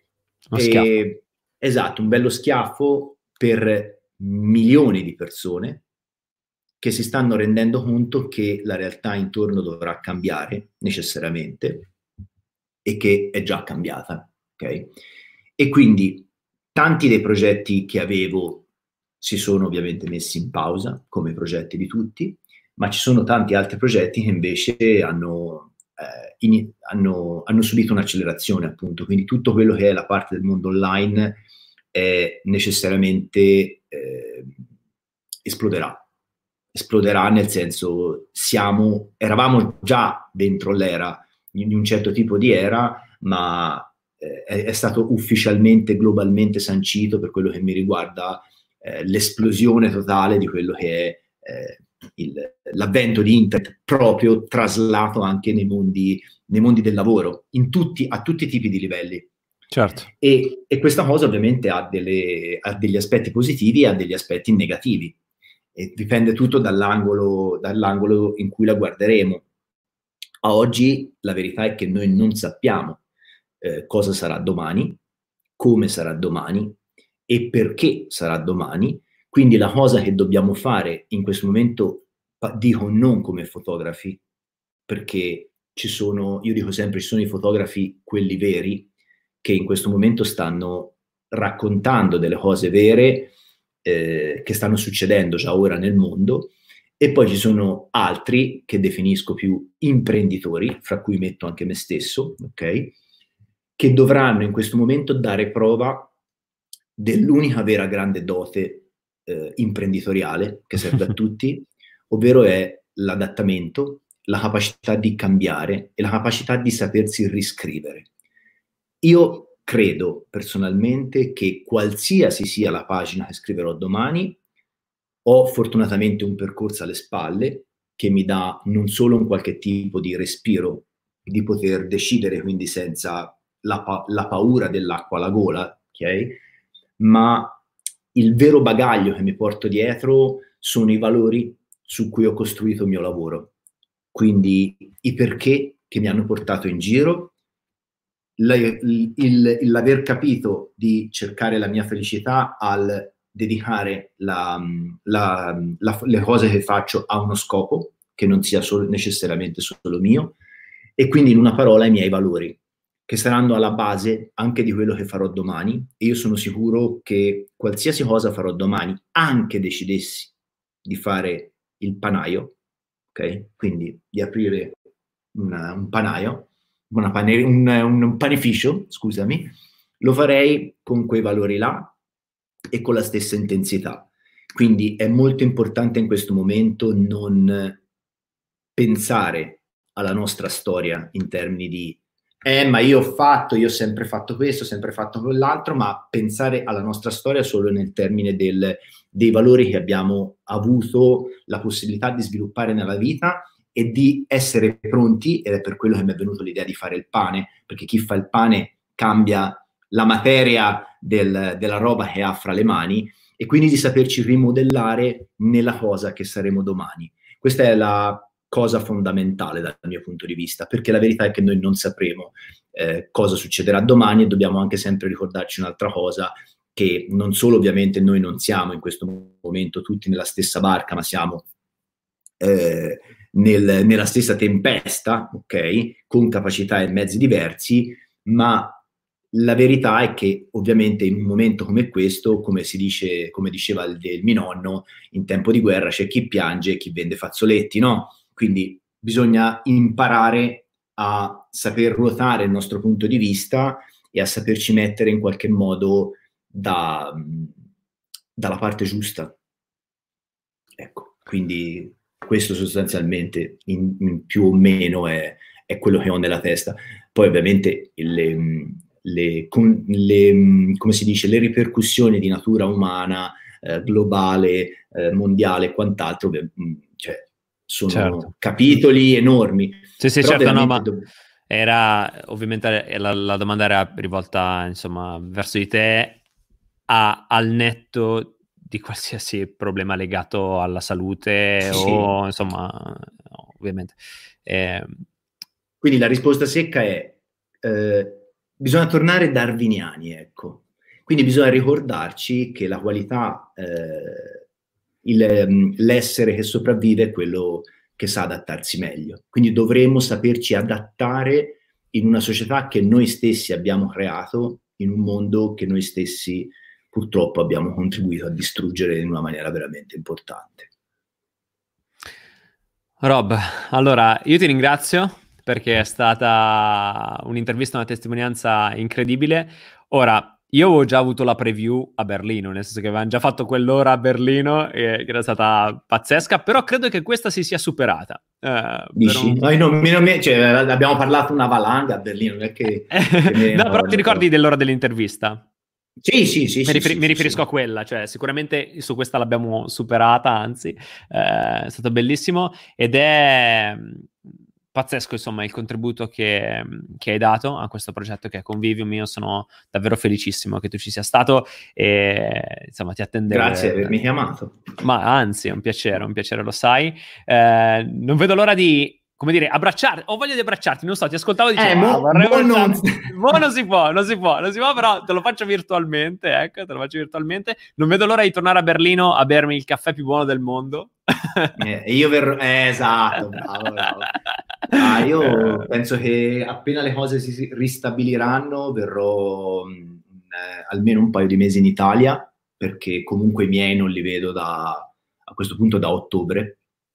E, esatto, un bello schiaffo per milioni di persone che si stanno rendendo conto che la realtà intorno dovrà cambiare necessariamente e che è già cambiata, ok? E quindi tanti dei progetti che avevo si sono ovviamente messi in pausa, come i progetti di tutti, ma ci sono tanti altri progetti che invece hanno, eh, in, hanno, hanno subito un'accelerazione, appunto. Quindi tutto quello che è la parte del mondo online è necessariamente eh, esploderà. Esploderà nel senso, siamo, eravamo già dentro l'era, di un certo tipo di era, ma eh, è, è stato ufficialmente, globalmente sancito, per quello che mi riguarda, eh, l'esplosione totale di quello che è eh, il, l'avvento di internet, proprio traslato anche nei mondi, nei mondi del lavoro, in tutti, a tutti i tipi di livelli. Certo. E, e questa cosa ovviamente ha, delle, ha degli aspetti positivi e ha degli aspetti negativi. E dipende tutto dall'angolo, dall'angolo in cui la guarderemo. A oggi la verità è che noi non sappiamo eh, cosa sarà domani, come sarà domani e perché sarà domani. Quindi la cosa che dobbiamo fare in questo momento, dico non come fotografi, perché ci sono, io dico sempre, ci sono i fotografi, quelli veri, che in questo momento stanno raccontando delle cose vere eh, che stanno succedendo già ora nel mondo, e poi ci sono altri che definisco più imprenditori, fra cui metto anche me stesso, ok? Che dovranno in questo momento dare prova dell'unica vera grande dote eh, imprenditoriale che serve a tutti, ovvero è l'adattamento, la capacità di cambiare e la capacità di sapersi riscrivere. Io credo personalmente che qualsiasi sia la pagina che scriverò domani, ho fortunatamente un percorso alle spalle che mi dà non solo un qualche tipo di respiro, di poter decidere quindi senza la, pa- la paura dell'acqua alla gola, ok? Ma il vero bagaglio che mi porto dietro sono i valori su cui ho costruito il mio lavoro. Quindi i perché che mi hanno portato in giro, la, il, il, l'aver capito di cercare la mia felicità al dedicare la, la, la, le cose che faccio a uno scopo, che non sia solo, necessariamente solo mio, e quindi in una parola i miei valori, che saranno alla base anche di quello che farò domani. E io sono sicuro che qualsiasi cosa farò domani, anche decidessi di fare il panaio, ok? Quindi di aprire una, un panaio, una pane, un, un panificio, scusami, lo farei con quei valori là e con la stessa intensità. Quindi è molto importante in questo momento non pensare alla nostra storia in termini di eh, ma io ho fatto, io ho sempre fatto questo, ho sempre fatto quell'altro, ma pensare alla nostra storia solo nel termine del, dei valori che abbiamo avuto la possibilità di sviluppare nella vita e di essere pronti, ed è per quello che mi è venuta l'idea di fare il pane, perché chi fa il pane cambia la materia del, della roba che ha fra le mani, e quindi di saperci rimodellare nella cosa che saremo domani. Questa è la cosa fondamentale dal mio punto di vista, perché la verità è che noi non sapremo eh, cosa succederà domani, e dobbiamo anche sempre ricordarci un'altra cosa, che non solo ovviamente noi non siamo in questo momento tutti nella stessa barca, ma siamo eh, nel, nella stessa tempesta, ok? Con capacità e mezzi diversi, ma la verità è che ovviamente in un momento come questo, come si dice, come diceva il, il mio nonno, in tempo di guerra c'è chi piange e chi vende fazzoletti, no? Quindi bisogna imparare a saper ruotare il nostro punto di vista e a saperci mettere in qualche modo da, dalla parte giusta. Ecco, quindi questo sostanzialmente in, in più o meno è, è quello che ho nella testa. Poi ovviamente le, le, con, le, come si dice, le ripercussioni di natura umana, eh, globale, eh, mondiale e quant'altro, cioè, sono certo. capitoli enormi. Sì, sì, certo, no, ma do... era ovviamente la, la domanda era rivolta, insomma, verso di te a, al netto di qualsiasi problema legato alla salute sì. o, insomma, no, ovviamente. Eh... Quindi la risposta secca è eh, bisogna tornare darwiniani, ecco. Quindi bisogna ricordarci che la qualità, eh, il, l'essere che sopravvive è quello che sa adattarsi meglio. Quindi dovremmo saperci adattare in una società che noi stessi abbiamo creato, in un mondo che noi stessi purtroppo abbiamo contribuito a distruggere in una maniera veramente importante. Rob, allora io ti ringrazio perché è stata un'intervista, una testimonianza incredibile. Ora, io avevo già avuto la preview a Berlino, nel senso che avevamo già fatto quell'ora a Berlino, e, che era stata pazzesca, però credo che questa si sia superata. Eh, Dici? Un... No, non, non, cioè, abbiamo parlato una valanga a Berlino, non è che... che no, però ti ricordi dell'ora dell'intervista? Sì, sì, sì. Mi, sì, riferi- sì mi riferisco sì. a quella, cioè sicuramente su questa l'abbiamo superata, anzi, eh, è stato bellissimo ed è pazzesco, insomma, il contributo che, che hai dato a questo progetto che è Convivium. Io sono davvero felicissimo che tu ci sia stato e, insomma, ti attendevo. Grazie di avermi chiamato. Ma anzi, è un piacere, un piacere, lo sai. Eh, non vedo l'ora di... come dire, abbracciarti, ho voglia di abbracciarti, non so, ti ascoltavo e dicevo, eh, mo, ah, vorrei mo non... mo non si può, non si può, non si può, però te lo faccio virtualmente, ecco, te lo faccio virtualmente, non vedo l'ora di tornare a Berlino a bermi il caffè più buono del mondo. E eh, io verrò, eh, esatto, bravo, bravo. Ah, io penso che appena le cose si ristabiliranno verrò eh, almeno un paio di mesi in Italia, perché comunque i miei non li vedo da, a questo punto da ottobre.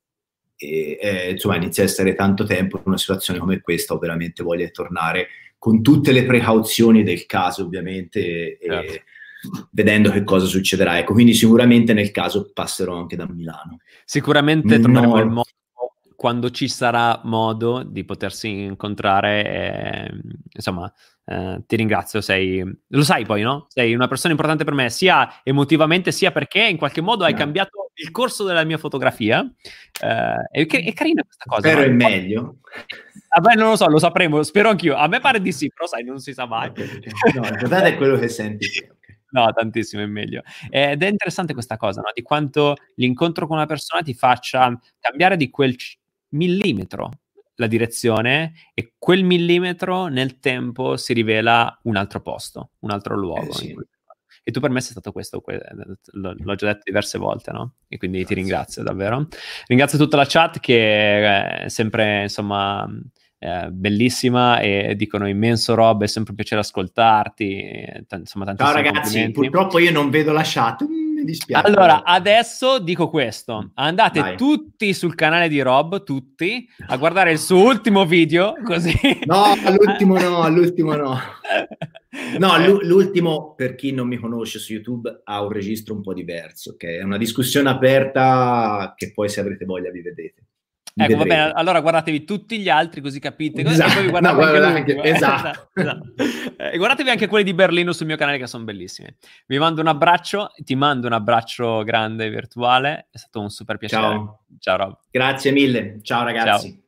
E eh, insomma inizia a essere tanto tempo in una situazione come questa, ho veramente voglia di tornare con tutte le precauzioni del caso, ovviamente, e certo. vedendo che cosa succederà. Ecco, quindi sicuramente nel caso passerò anche da Milano. Sicuramente troveremo no. il modo, quando ci sarà modo di potersi incontrare, e, insomma, eh, ti ringrazio, sei, lo sai poi, no? Sei una persona importante per me, sia emotivamente, sia perché in qualche modo hai no. cambiato il corso della mia fotografia. Eh, è, è carina questa cosa. Spero no? è meglio. Vabbè, non lo so, lo sapremo, spero anch'io. A me pare di sì, però sai, non si sa mai. No, l'importante è quello che senti. No, tantissimo, è meglio. Ed è interessante questa cosa, no? Di quanto l'incontro con una persona ti faccia cambiare di quel c- millimetro la direzione, e quel millimetro nel tempo si rivela un altro posto, un altro luogo. Eh, sì. E tu per me sei stato questo, l'ho già detto diverse volte, no? E quindi Grazie. Ti ringrazio davvero. Ringrazio tutta la chat che è sempre, insomma... Eh, bellissima, e dicono immenso Rob, è sempre un piacere ascoltarti, e, t- insomma, ciao ragazzi, purtroppo io non vedo la chat, mm, mi dispiace. Allora adesso dico questo, andate Dai. tutti sul canale di Rob, tutti a guardare il suo ultimo video, così no, all'ultimo no, all'ultimo no no, l- l'ultimo, per chi non mi conosce su YouTube, ha un registro un po' diverso, che okay? È una discussione aperta che poi, se avrete voglia, vi vedete. Ecco, va bene, allora guardatevi tutti gli altri così capite. Esatto. E poi vi guardate no, anche, anche esatto. esatto. E guardatevi anche quelli di Berlino sul mio canale che sono bellissimi. Vi mando un abbraccio, ti mando un abbraccio grande virtuale, è stato un super piacere. Ciao. Ciao Rob. Grazie mille, ciao ragazzi. Ciao.